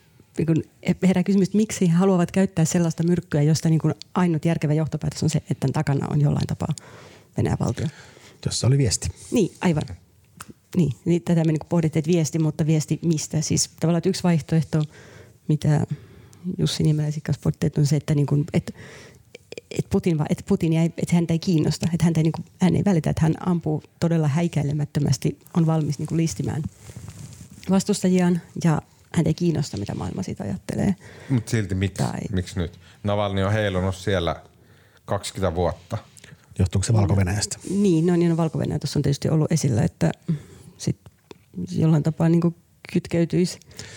herää kysymys, että miksi he haluavat käyttää sellaista myrkkyä, josta niin kuin ainut järkevä johtopäätös on se, että tämän takana on jollain tapaa Venäjän valtio. Jossa oli viesti. Niin, aivan. Niin tätä me niin pohdittiin, että viesti, mutta viesti mistä? Siis tavallaan että yksi vaihtoehto, mitä Jussi Niemeläisen kanssa pohdittiin, on se, että, niin kuin, että häntä ei kiinnosta, että hän ei välitä, että hän ampuu todella häikäilemättömästi, on valmis niin kuin listimään vastustajiaan ja hän ei kiinnosta, mitä maailma siitä ajattelee. Mutta silti miksi nyt? Navalny on heilunut siellä 20 vuotta. Johtuuko se Valko-Venäjästä? Niin Valko-Venäjä tuossa on tietysti ollut esillä, että sit jollain tapaa niin kuin kytkeytyisi.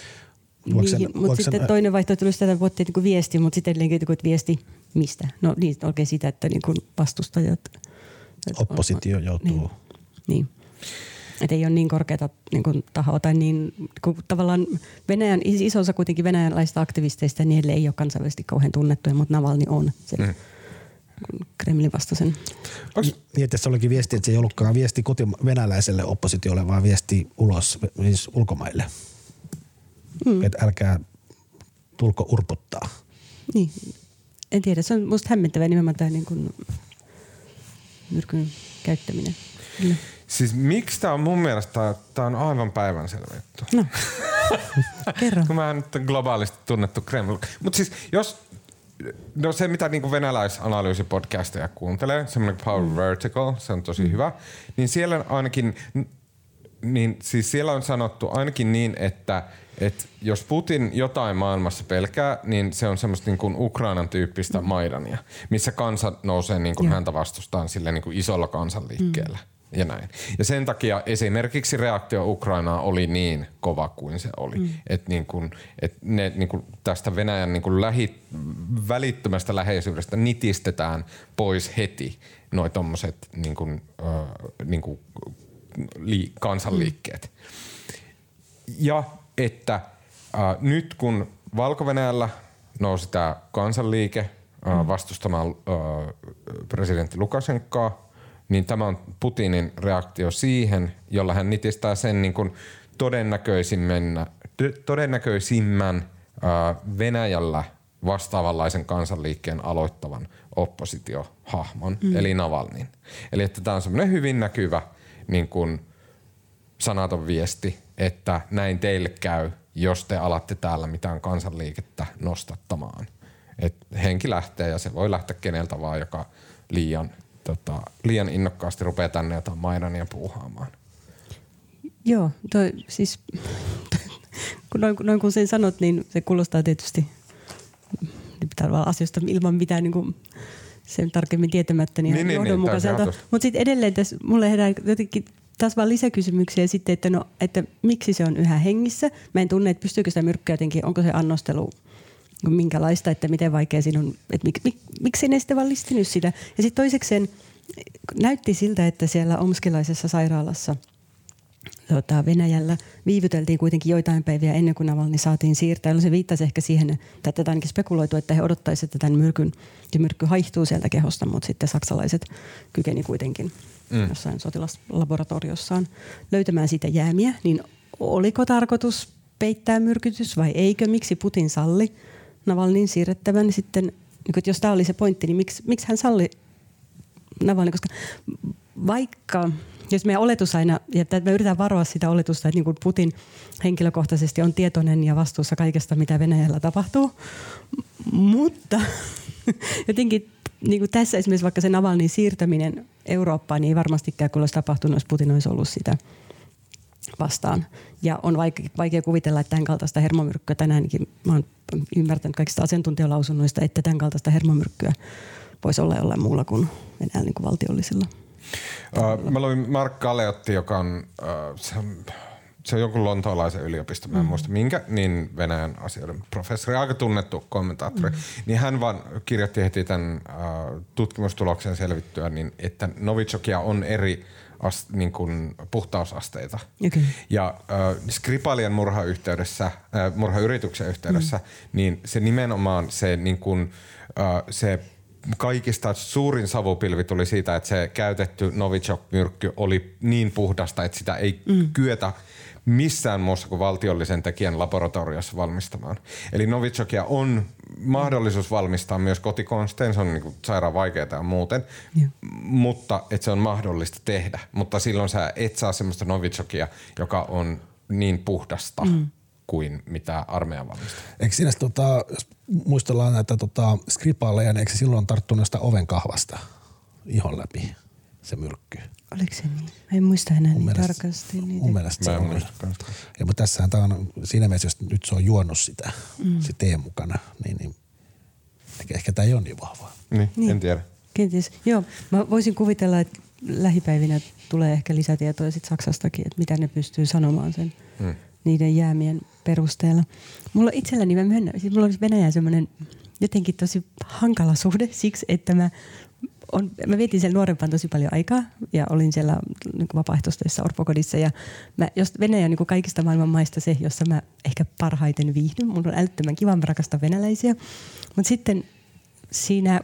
Mutta sitten toinen vaihtoehto olisi tätä vuotta niin viesti, mutta sitten edelleenkin että viesti mistä? No niin, oikein siitä, että niin kuin vastustajat. Oppositio joutuu. Niin. Että ei ole niin korkeata niin kuin tahoa tai niin, kun tavallaan Venäjän, iso osa kuitenkin venäjänlaista aktivisteista, niin ei ole kansainvälisesti kauhean tunnettuja, mutta Navalny on sen Kremlin vastaisen. Niin, että se olikin viesti, että se ei ollutkaan viesti venäläiselle oppositiolle, vaan viesti ulos, siis ulkomaille. Että älkää tulko urputtaa. Niin, en tiedä. Se on musta hämmentävää nimenomaan tämä niin kuin myrkyn käyttäminen. Kyllä. Siis miksi tää on mun mielestä, tää on aivan päivänselvä juttu. No, kerro. Kun mä oon nyt globaalisti tunnettu Kreml. Mutta siis no se mitä niinku venäläisanalyysi-podcasteja kuuntelee, semmoinen Power Vertical, se on tosi hyvä, niin siellä ainakin, niin siis siellä on sanottu ainakin niin, että jos Putin jotain maailmassa pelkää, niin se on semmoista niin kuin Ukrainan tyyppistä Maidania, missä kansa nousee niin kuin häntä vastustaan sille niin kuin isolla kansanliikkeellä. Ja näin. Ja sen takia esimerkiksi reaktio Ukrainaan oli niin kova kuin se oli. Että ne tästä Venäjän välittömästä läheisyydestä nitistetään pois heti noi tommoset kansanliikkeet. Ja että nyt kun Valko-Venäjällä nousi tämä kansanliike vastustamaan presidentti Lukashenkaa, niin tämä on Putinin reaktio siihen, jolla hän nitistää sen niin kuin todennäköisimmän Venäjällä vastaavanlaisen kansanliikkeen aloittavan oppositiohahmon, eli Navalnyin. Eli että tämä on semmoinen hyvin näkyvä niin kuin sanaton viesti, että näin teille käy, jos te alatte täällä mitään kansanliikettä nostattamaan. Et henki lähtee ja se voi lähteä keneltä vaan, joka liian innokkaasti rupeaa tänne jotain Maidania puuhaamaan. Joo, siis noin kun sen sanot, niin se kuulostaa tietysti pitää olla asioista ilman mitään niin kuin sen tarkemmin tietämättä niin johdonmukaiselta. Mutta sitten edelleen tässä mulle herää jotenkin taas vaan lisäkysymyksiä sitten, että miksi se on yhä hengissä. Mä en tunne, että pystyykö sitä myrkkyä jotenkin, onko se annostelu minkälaista, että miten vaikea siinä on, että miksi ne sitten vaan listinyt sitä. Ja sitten toisekseen näytti siltä, että siellä omskilaisessa sairaalassa Venäjällä viivyteltiin kuitenkin joitain päiviä ennen kuin Navalny saatiin siirtää. Jolloin se viittasi ehkä siihen, tai tätä ainakin spekuloitu, että he odottaisivat, että tämän myrkky haihtuu sieltä kehosta, mutta sitten saksalaiset kykeni kuitenkin jossain sotilaslaboratoriossaan löytämään siitä jäämiä. Niin oliko tarkoitus peittää myrkytys vai eikö? Miksi Putin salli Navalnyin siirrettävän? Sitten, jos tämä oli se pointti, niin miksi hän salli Navalnyin? Koska vaikka, jos meidän oletus aina, ja me yritetään varoa sitä oletusta, että niin kuin Putin henkilökohtaisesti on tietoinen ja vastuussa kaikesta, mitä Venäjällä tapahtuu, mutta jotenkin niin kuin tässä esimerkiksi vaikka se Navalnyin siirtäminen Eurooppaan, niin ei varmastikään kyllä olisi tapahtunut, jos Putin olisi ollut sitä vastaan. Ja on vaikea kuvitella, että tämän kaltaista hermomyrkkyä tänäänkin, mä oon ymmärtänyt kaikista asiantuntijalausunnoista, että tämän kaltaista hermomyrkkyä voisi olla jollain muulla kuin Venäjällä niin kuin valtiollisilla. Mä luin Mark Galeotti, joka on, se on jonkun lontoolaisen yliopiston, mä en muista minkä, niin Venäjän asioiden professori, aika tunnettu kommentaattori, niin hän vaan kirjoitti heti tämän tutkimustuloksen selvittyä, niin että Novichokia on eri niin kuin puhtausasteita. Okay. Ja Skripalien murhayrityksen yhteydessä, niin se nimenomaan se, niin kuin, se kaikista suurin savupilvi tuli siitä, että se käytetty Novichok-myrkky oli niin puhdasta, että sitä ei kyetä missään muussa kuin valtiollisen tekijän laboratoriossa valmistamaan. Eli Novichokia on mahdollisuus valmistaa myös kotikonstein, se on niinku sairaan vaikeaa ja muuten, mutta että se on mahdollista tehdä. Mutta silloin sä et saa semmoista Novichokia, joka on niin puhdasta kuin mitä armeija valmistaa. Eikö siinä, jos muistellaan näitä Skripaleja, niin eikö se silloin tarttunut sitä oven kahvasta ihon läpi se myrkky? Oliko se niin? En muista enää niin tarkasti. Mun mielestä se on. Ja mutta tässähän tämä on siinä mielessä, jos nyt se on juonut sitä se teen mukana, niin ehkä tämä ei ole niin vahvaa. Niin, en tiedä. Kenties. Joo, mä voisin kuvitella, että lähipäivinä tulee ehkä lisätietoja sit Saksastakin, että mitä ne pystyy sanomaan sen niiden jäämien perusteella. Mulla itselläni, mulla olisi Venäjään semmoinen jotenkin tosi hankala suhde siksi, että mä vietin siellä nuorempaan tosi paljon aikaa ja olin siellä niin vapaaehtoistöissä orpokodissa ja Venäjä on niin kaikista maailman maista se, jossa mä ehkä parhaiten viihdyn. Mulla on älyttömän kiva, mä rakastan venäläisiä. Mutta sitten siinä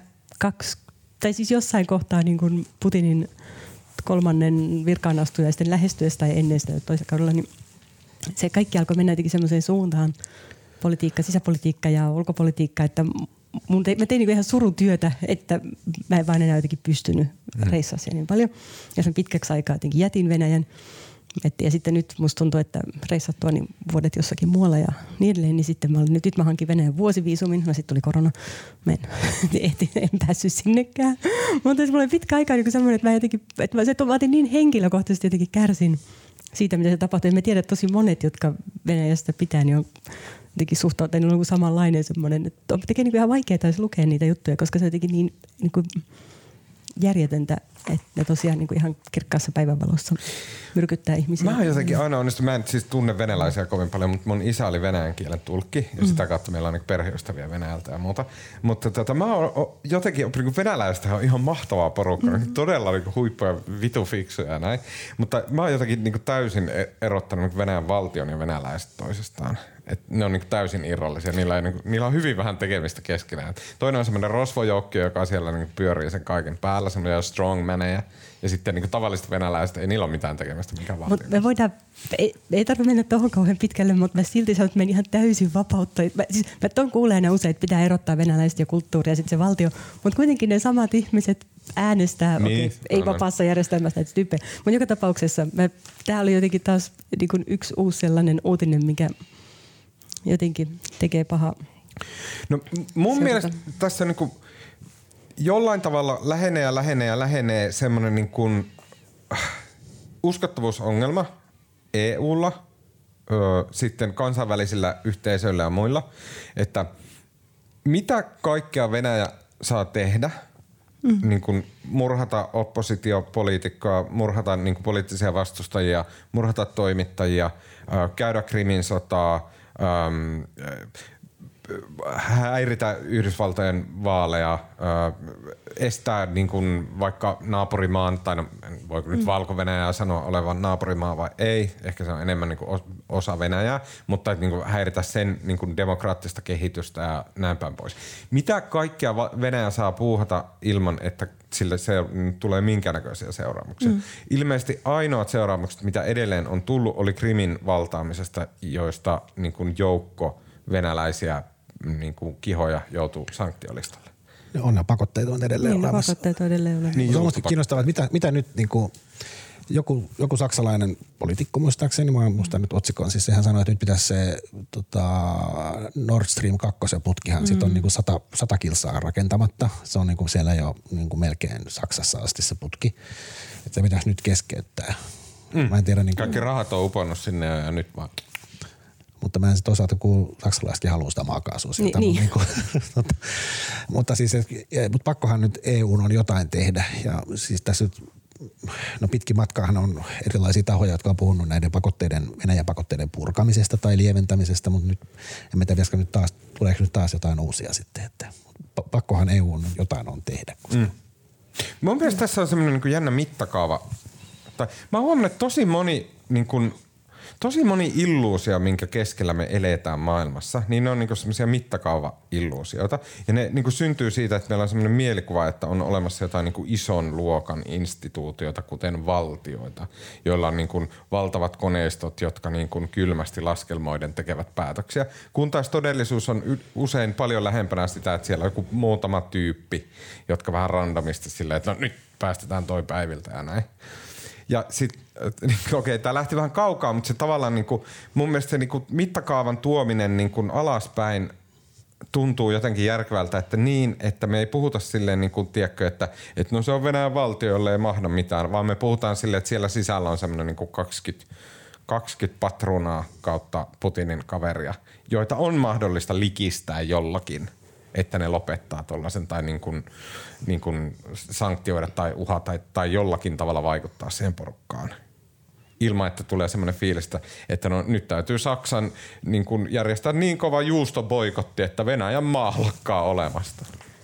jossain kohtaa niin kuin Putinin 3. virkaanastujaisten lähestyessä tai ennen sitä toisella kaudella, niin se kaikki alkoi mennä jotenkin semmoiseen suuntaan, sisäpolitiikka ja ulkopolitiikka, että mä tein niin ihan surutyötä, että mä en vaan enää jotenkin pystynyt reissaa siellä niin paljon. Ja sen pitkäksi aikaa jotenkin jätin Venäjän. Ja sitten nyt musta tuntuu, että reissattua niin vuodet jossakin muualla ja niin edelleen, niin sitten nyt mä hankin Venäjän vuosiviisumin. No sitten tuli korona. Mä en päässyt sinnekään. Mutta mulla oli pitkä aikaa niin semmoinen, että mä otin niin henkilökohtaisesti jotenkin kärsin siitä, mitä se tapahtui. Mä tiedän, että tosi monet, jotka Venäjästä pitää, niin on jotenkin suhtautua, niin on samanlainen semmoinen, että tekee niin ihan vaikeaa lukea niitä juttuja, koska se on jotenkin niin kuin järjetöntä, että ne tosiaan niin kuin ihan kirkkaassa päivänvalossa myrkyttää ihmisiä. Mä oon jotenkin aina onnistunut, mä en siis tunne venäläisiä kovin paljon, mutta mun isä oli venäjän kielen tulkki ja sitä kautta meillä on niin perheystäviä Venäjältä ja muuta. Mutta mä oon jotenkin, niin venäläistä on ihan mahtavaa porukkaa, todella niin huippuja vitu fiksuja ja näin. Mutta mä oon jotenkin niin täysin erottanut Venäjän valtion ja venäläiset toisestaan. Et ne on niin täysin irrallisia, niillä on hyvin vähän tekemistä keskenään. Toinen on semmoinen rosvojoukki, joka siellä niin pyörii sen kaiken päällä, semmoinen strongmaneja. Ja sitten niin tavalliset venäläiset, ei niillä ole mitään tekemistä minkään valtion. Me voidaan, ei tarvitse mennä tuohon kauhean pitkälle, mutta mä silti sanon, että mä ihan täysin vapautta. Mä ton kuulee aina usein, että pitää erottaa venäläiset ja kulttuuria ja sitten se valtio. Mutta kuitenkin ne samat ihmiset äänestää, niin, ei vapaassa järjestelmässä näitä tyyppejä. Mutta joka tapauksessa, tää oli jotenkin taas niin kuin yksi uusi sellainen uutinen, mikä jotenkin tekee pahaa. No mun mielestä tässä niinku jollain tavalla lähenee semmoinen niinku uskottavuusongelma EUlla, sitten kansainvälisillä yhteisöillä ja muilla, että mitä kaikkea Venäjä saa tehdä, niin kuin murhata oppositiopoliitikkoa, murhata niin kuin poliittisia vastustajia, murhata toimittajia, käydä Krimin sotaa, häiritä Yhdysvaltojen vaaleja, estää niin kuin vaikka naapurimaan, tai no, voiko nyt Valko-Venäjää sanoa olevan naapurimaa vai ei, ehkä se on enemmän niin kuin osa Venäjää, mutta niin kuin häiritä sen niin kuin demokraattista kehitystä ja näin päin pois. Mitä kaikkea Venäjä saa puuhata ilman, että sille tulee minkäännäköisiä seuraamuksia? Ilmeisesti ainoat seuraamukset, mitä edelleen on tullut, oli Krimin valtaamisesta, joista niin kuin joukko venäläisiä niin kuin kihoja joutuu sanktiolistalle. No onhan pakotteita on edelleen olemassa. Pakotteita on edelleen olemassa. Niin, se on kiinnostavaa, että mitä nyt niin kuin joku saksalainen poliitikko muistaakseni, mä muistan nyt otsikon, siis sehän sanoi, että nyt pitäisi se Nord Stream 2 putkihan, sit on niin kuin 100 kilsaa rakentamatta. Se on niin kuin siellä jo niin kuin melkein Saksassa asti se putki, että se pitäisi nyt keskeyttää. Mä en tiedä, niin kuin kaikki rahat on uponnut sinne ja nyt vaan. Mutta mä en sitten toisaalta, kun saksalaisetkin haluaa sitä maakaasua sieltä. Niin. Mutta siis, mutta pakkohan nyt EU on jotain tehdä. Ja siis tässä no pitkin matkaahan on erilaisia tahoja, jotka on puhunut näiden Venäjän pakotteiden purkamisesta tai lieventämisestä, mutta nyt en tiedä, tuleeko nyt taas jotain uusia sitten. Että pakkohan EU on jotain tehdä. Mun mielestä tässä on semmoinen niin kuin jännä mittakaava. Mä oon huomannut, että tosi moni niin kuin tosi moni illuusio, minkä keskellä me eletään maailmassa, niin ne on niinku semmoisia mittakaava-illuusioita. Ja ne niinku syntyy siitä, että meillä on semmoinen mielikuva, että on olemassa jotain niinku ison luokan instituutioita, kuten valtioita, joilla on niinku valtavat koneistot, jotka niinku kylmästi laskelmoiden tekevät päätöksiä. Kun taas todellisuus on usein paljon lähempänä sitä, että siellä on joku muutama tyyppi, jotka vähän randomisti silleen, että no nyt päästetään toi päiviltä ja näin. Ja sit, okei, tää lähti vähän kaukaa, mutta se tavallaan niinku, mun mielestä se niinku mittakaavan tuominen niinku alaspäin tuntuu jotenkin järkevältä, että niin, että me ei puhuta silleen niinku, tiedätkö, että no se on Venäjän valtio, jolle ei mahda mitään, vaan me puhutaan silleen, että siellä sisällä on semmoinen niinku 20 patruunaa kautta Putinin kaveria, joita on mahdollista likistää jollakin, että ne lopettaa tollasen tai niin kuin sanktioida tai uhata tai jollakin tavalla vaikuttaa siihen porukkaan. Ilman, että tulee semmoinen fiilis, että no nyt täytyy Saksan niin kuin järjestää niin kova juustoboikotti, että Venäjän maa lakkaa olemasta.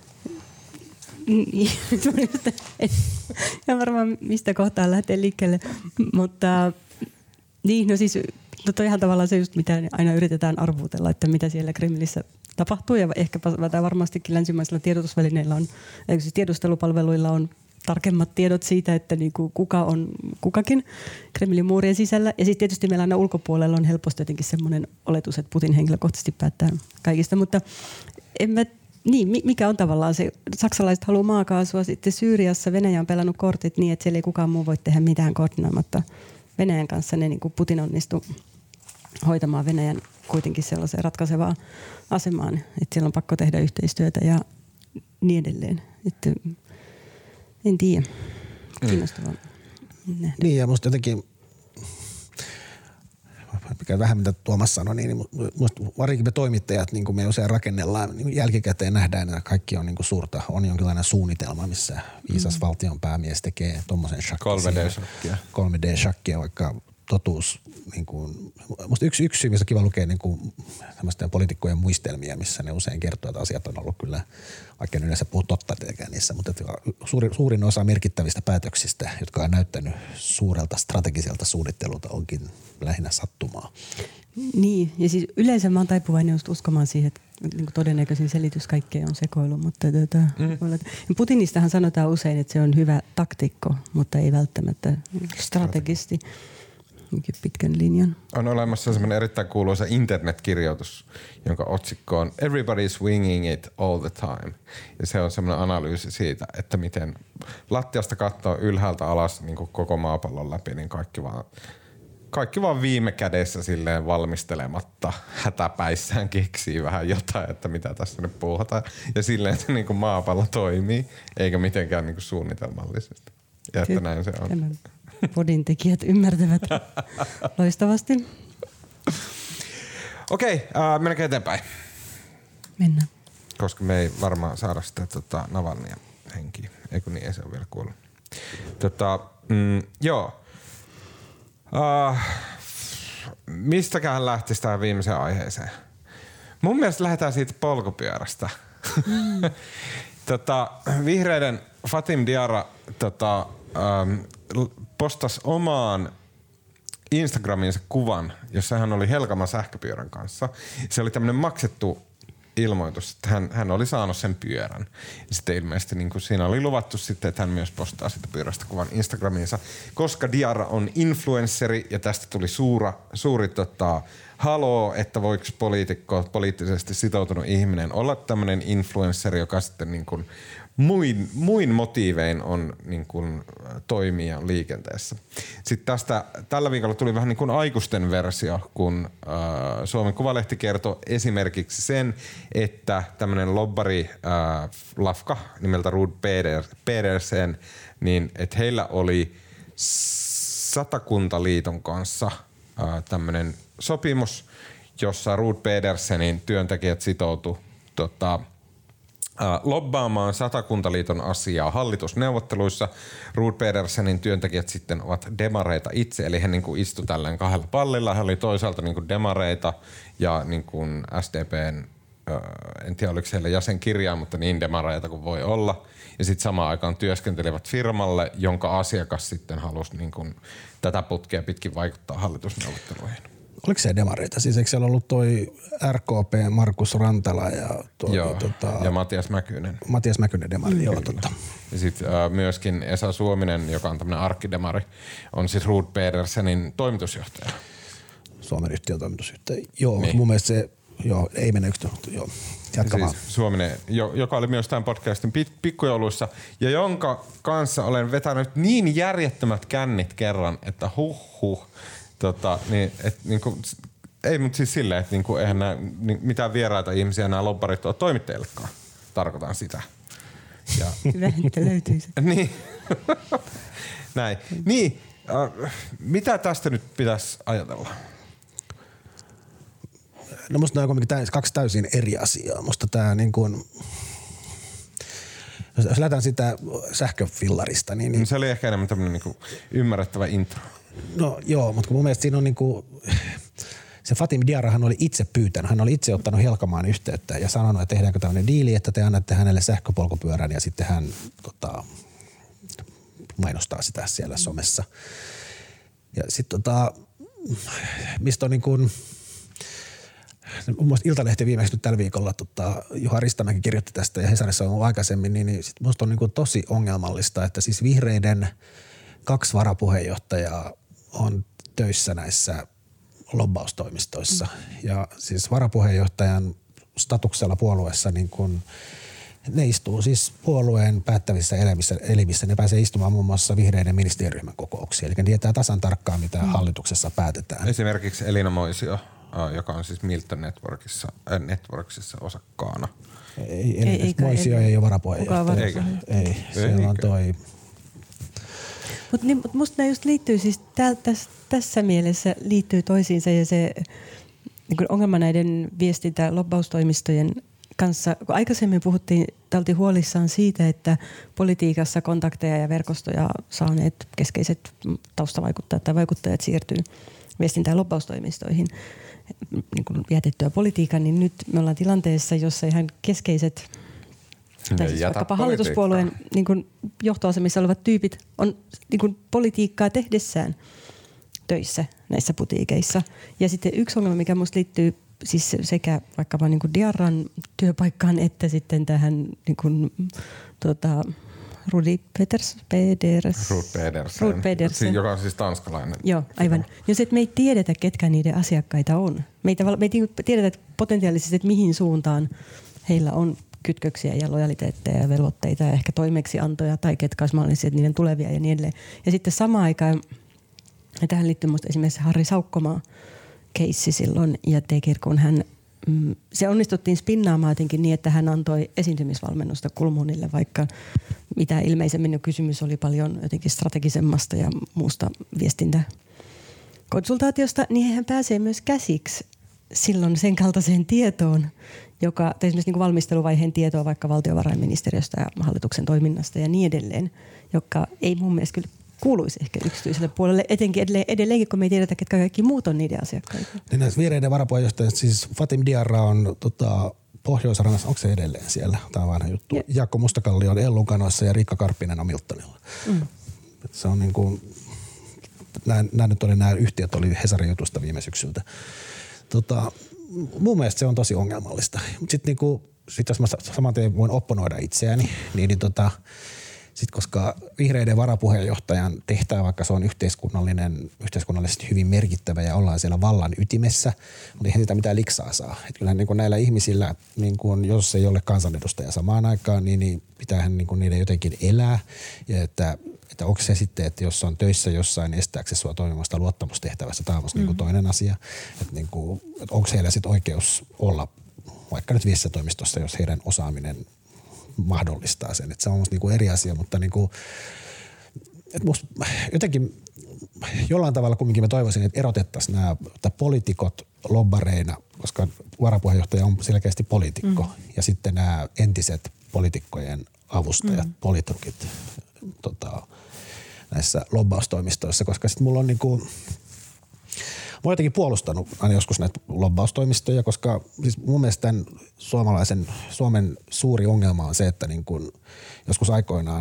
En varmaan mistä kohtaa lähtee liikkeelle, mutta niin, no siis toihan tavallaan se just mitä aina yritetään arvuutella, että mitä siellä Kremlissä tapahtuu ja ehkä varmastikin länsimaisilla tiedotusvälineillä on, siis tiedustelupalveluilla on tarkemmat tiedot siitä, että niinku kuka on kukakin Kremlin muurien sisällä. Ja sitten tietysti meillä aina ulkopuolella on helposti jotenkin semmoinen oletus, että Putin henkilökohtaisesti päättää kaikista, mutta mikä on tavallaan se, saksalaiset haluaa maakaasua, sitten Syyriassa Venäjä on pelannut kortit niin, että siellä ei kukaan muu voi tehdä mitään koordinoimatta Venäjän kanssa, ne niinku Putin onnistui hoitamaan Venäjän kuitenkin sellaiseen ratkaisevaan asemaan, että siellä on pakko tehdä yhteistyötä ja niin edelleen. Että en tiedä. Kiinnostavaa nähdä. Niin ja musta jotenkin, mikä vähän mitä Tuomas sanoi, niin musta varsinkin me toimittajat, niin kuin me usein rakennellaan, niin jälkikäteen nähdään, että kaikki on niin kuin suurta. On jonkinlainen suunnitelma, missä viisas valtion päämies tekee tommosen shakkia. 3D-shakkia, vaikka totuus, niin kuin, musta yksi syy, missä on kiva lukea niin kuin tämmöisten poliitikkojen muistelmia, missä ne usein kertoo, että asiat on ollut kyllä, vaikka en yleensä puhu totta tietenkään niissä, mutta suurin osa merkittävistä päätöksistä, jotka on näyttänyt suurelta strategiselta suunnittelulta, onkin lähinnä sattumaa. Niin, ja siis yleensä mä oon taipuvainen just uskomaan siihen, että niin todennäköisin selitys kaikkeen on sekoilu, mutta Putinistahan sanotaan usein, että se on hyvä taktikko, mutta ei välttämättä strategisti. Pitkän linjan. On olemassa semmoinen erittäin kuuluisa internetkirjoitus, jonka otsikko on Everybody's winging it all the time. Ja se on semmoinen analyysi siitä, että miten lattiasta katsoo ylhäältä alas niin kuin koko maapallon läpi, niin kaikki vaan viime kädessä silleen valmistelematta hätäpäissään keksii vähän jotain, että mitä tässä nyt puhutaan. Ja silleen, että niin kuin maapallo toimii, eikä mitenkään niin kuin suunnitelmallisesti. Ja että näin se on. Podin tekijät ymmärtävät loistavasti. Okei, mennäänkö eteenpäin? Mennään. Koska me ei varmaan saada sitä Navalnia henkiä. Eikö niin, ei se ole vielä kuollut. Joo. Mistäkään lähtisi tähän viimeiseen aiheeseen? Mun mielestä lähdetään siitä polkupyörästä. Vihreiden Fatim Diarra postasi omaan Instagramiinsa kuvan, jossa hän oli Helkaman sähköpyörän kanssa. Se oli tämmöinen maksettu ilmoitus, että hän oli saanut sen pyörän. Ja sitten ilmeisesti niin kuin siinä oli luvattu sitten, että hän myös postaa sitä pyörästä kuvan Instagramiinsa. Koska Diarra on influensseri ja tästä tuli suuri haloo, että voiko poliittisesti sitoutunut ihminen olla tämmöinen influensseri, joka sitten niin kuin muin motiivein on niin kuin toimia liikenteessä. Sitten tällä viikolla tuli vähän niin kuin aikuisten versio, kun Suomen Kuvalehti kertoi esimerkiksi sen, että tämmöinen lobbari lafka nimeltä Ruud Pedersen, niin että heillä oli Satakuntaliiton kanssa tämmöinen sopimus, jossa Ruud Pedersenin työntekijät sitoutu lobbaamaan Satakuntaliiton asiaa hallitusneuvotteluissa. Ruud Pedersenin työntekijät sitten ovat demareita itse, eli he niin kuin istu tälleen kahdella pallilla. He oli toisaalta niin kuin demareita ja niin kuin SDPn, en tiedä oliko heillä jäsenkirjaa, mutta niin demareita kuin voi olla. ja sitten samaan aikaan työskentelevät firmalle, jonka asiakas sitten halusi niin kuin tätä putkea pitkin vaikuttaa hallitusneuvotteluihin. Oliko se demareita? Siis eikö siellä ollut toi RKP, Markus Rantala ja ja Matias Mäkynen. Matias Mäkynen demari, joo totta. Ja sitten myöskin Esa Suominen, joka on tämmöinen arkkidemari, on siis Ruud Pedersenin toimitusjohtaja. Suomen yhtiön toimitusjohtaja. Joo, niin. Mun mielestä se ei mene joo. Jatkamaan. Siis Suominen, joka oli myös tämän podcastin pikkujouluissa ja jonka kanssa olen vetänyt niin järjettömät kännit kerran, että ei, mutta siis silleen, että niinku, eihän nää, mitään vieraita ihmisiä nämä lobbarit ole toimittajillekaan. Tarkoitan sitä. Ja hyvä, että löytyy se. Niin. Näin. Niin, mitä tästä nyt pitäisi ajatella? No musta nämä on kaksi täysin eri asiaa. Musta tää niin kuin, jos lähdetään sitä sähköfillarista, niin se oli ehkä enemmän tämmönen niinku ymmärrettävä intro. No joo, mutta mun mielestä siinä on niinku, se Fatim Diarrahan oli itse pyytänyt, hän oli itse ottanut Helkamaan yhteyttä ja sanonut, että tehdäänkö tämmöinen diili, että te annatte hänelle sähköpolkupyörän ja sitten hän mainostaa sitä siellä somessa. Ja sitten mistä on niin kuin, mun mielestä Iltalehti viimeksi nyt tällä viikolla Juha Ristamäki kirjoitti tästä ja Hesarissa on aikaisemmin, niin sit musta on niin kuin tosi ongelmallista, että siis vihreiden 2 varapuheenjohtajaa on töissä näissä lobbaustoimistoissa ja siis varapuheenjohtajan statuksella puolueessa niin kun ne istuu siis puolueen päättävissä elimissä. Ne pääsee istumaan muun muassa vihreiden ministeriryhmän kokouksiin. Eli ne tietää tasan tarkkaan, mitä hallituksessa päätetään. Esimerkiksi Elina Moisio, joka on siis Milton Networksissa osakkaana. Moisio ei ole varapuheenjohtaja. Ei, siellä on toi. Mutta musta nämä just liittyy siis tässä mielessä liittyy toisiinsa ja se niin ongelma näiden lobbaustoimistojen kanssa, kun aikaisemmin oltiin huolissaan siitä, että politiikassa kontakteja ja verkostoja saaneet keskeiset taustavaikuttajat tai vaikuttajat siirtyy viestintä- ja lobbaustoimistoihin niin kuin jätettyä politiikan, niin nyt me ollaan tilanteessa, jossa ihan keskeiset tai siis vaikkapa hallituspuolueen niin kuin johtoasemissa olevat tyypit on niin kuin politiikkaa tehdessään töissä näissä putiikeissa. Ja sitten yksi ongelma, mikä musta liittyy siis sekä vaikkapa niin kuin Diarran työpaikkaan että sitten tähän niin kuin, Ruud Pedersen. Joka on siis tanskalainen. Joo, aivan. Ja se, että me ei tiedetä, ketkä niiden asiakkaita on. Me ei tiedetä potentiaalisesti, että mihin suuntaan heillä on kytköksiä ja lojaliteetteja ja velvoitteita ja ehkä toimeksiantoja tai ketkä olisi mahdollisia niiden tulevia ja niin edelleen. Ja sitten samaan aikaan, ja tähän liittyy musta esimerkiksi Harri Saukkomaa keissi silloin ja Tekir, kun se onnistuttiin spinnaamaan jotenkin niin, että hän antoi esiintymisvalmennusta Kulmunille, vaikka mitä ilmeisemmin kysymys oli paljon jotenkin strategisemmasta ja muusta viestintäkonsultaatiosta, niin hän pääsee myös käsiksi silloin sen kaltaiseen tietoon, joka esimerkiksi niin valmisteluvaiheen tietoa vaikka valtiovarainministeriöstä ja hallituksen toiminnasta ja niin edelleen, joka ei mun mielestä kyllä kuuluisi ehkä yksityiselle puolelle, etenkin edelleenkin, kun me ei tiedetä, ketkä kaikki muut on niiden asiakkaita. Niin näissä vihreiden varapuheenjohtajista, siis Fatim Diarra on Pohjois-Rannassa, onko se edelleen siellä? Tämä on vanha juttu. Jaakko Mustakallio on Ellun kanoissa ja Riikka Karppinen on Miltonilla. Se on niin kuin, nämä yhtiöt oli Hesarin jutusta viime syksyltä. Mun mielestä se on tosi ongelmallista. Mutta sitten jos mä saman tien voin opponoida itseäni, niin sitten koska vihreiden varapuheenjohtajan tehtävä, vaikka se on yhteiskunnallisesti hyvin merkittävä ja ollaan siellä vallan ytimessä, mutta eihän sitä mitään liksaa saa. Et kyllähän niin näillä ihmisillä, niin kun, jos ei ole kansanedustaja samaan aikaan, niin pitäähän niin niiden jotenkin elää. Ja että onko se sitten, että jos on töissä jossain, estääkö se sua toimimasta luottamustehtävässä, tämä on niin toinen asia. Että niin kuin, että onko heillä sitten oikeus olla vaikka nyt viestintätoimistossa, jos heidän osaaminen mahdollistaa sen. Että se on niinku eri asia, mutta niinku, jotenkin jollain tavalla kumminkin mä toivoisin, että erotettaisiin nämä poliitikot lobbareina, koska varapuheenjohtaja on selkeästi poliitikko ja sitten nämä entiset poliitikkojen avustajat, politrukit näissä lobbaustoimistoissa, koska sitten mulla on niinku, oon jotenkin puolustanut aina joskus näitä lobbaustoimistoja, koska siis mun mielestä tämän Suomen suuri ongelma on se, että niin kun joskus aikoinaan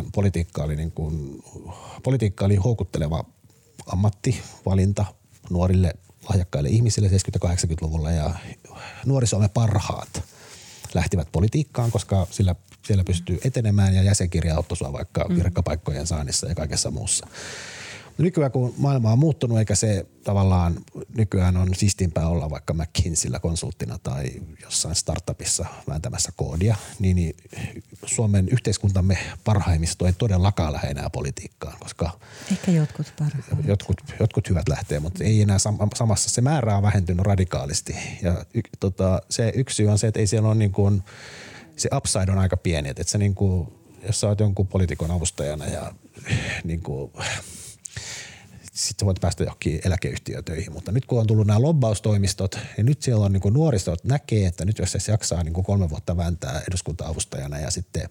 politiikka oli houkutteleva ammattivalinta nuorille lahjakkaille ihmisille 70-80-luvulla ja nuorisomme parhaat lähtivät politiikkaan, koska siellä pystyy etenemään ja jäsenkirja auttoi sua vaikka virkkapaikkojen saannissa ja kaikessa muussa. Nykyään kun maailma on muuttunut eikä se tavallaan nykyään on siistimpää olla vaikka McKinseyllä konsulttina tai jossain startupissa vääntämässä koodia, niin Suomen yhteiskuntamme parhaimmista ei todellakaan lähde enää politiikkaan, koska ehkä jotkut parhaimmat. Jotkut hyvät lähtee, mutta ei enää samassa. Se määrä on vähentynyt radikaalisti ja se yksi syy on se, että ei siellä ole niin kuin, se upside on aika pieni, että se niin kuin, jos sä oot jonkun poliitikon avustajana ja niin kuin, sitten voit päästä johonkin eläkeyhtiötöihin, mutta nyt kun on tullut nämä lobbaustoimistot, niin nyt siellä on niin kuin nuorisot näkee, että nyt jos se jaksaa niin kuin 3 vuotta vääntää eduskunta-avustajana ja sitten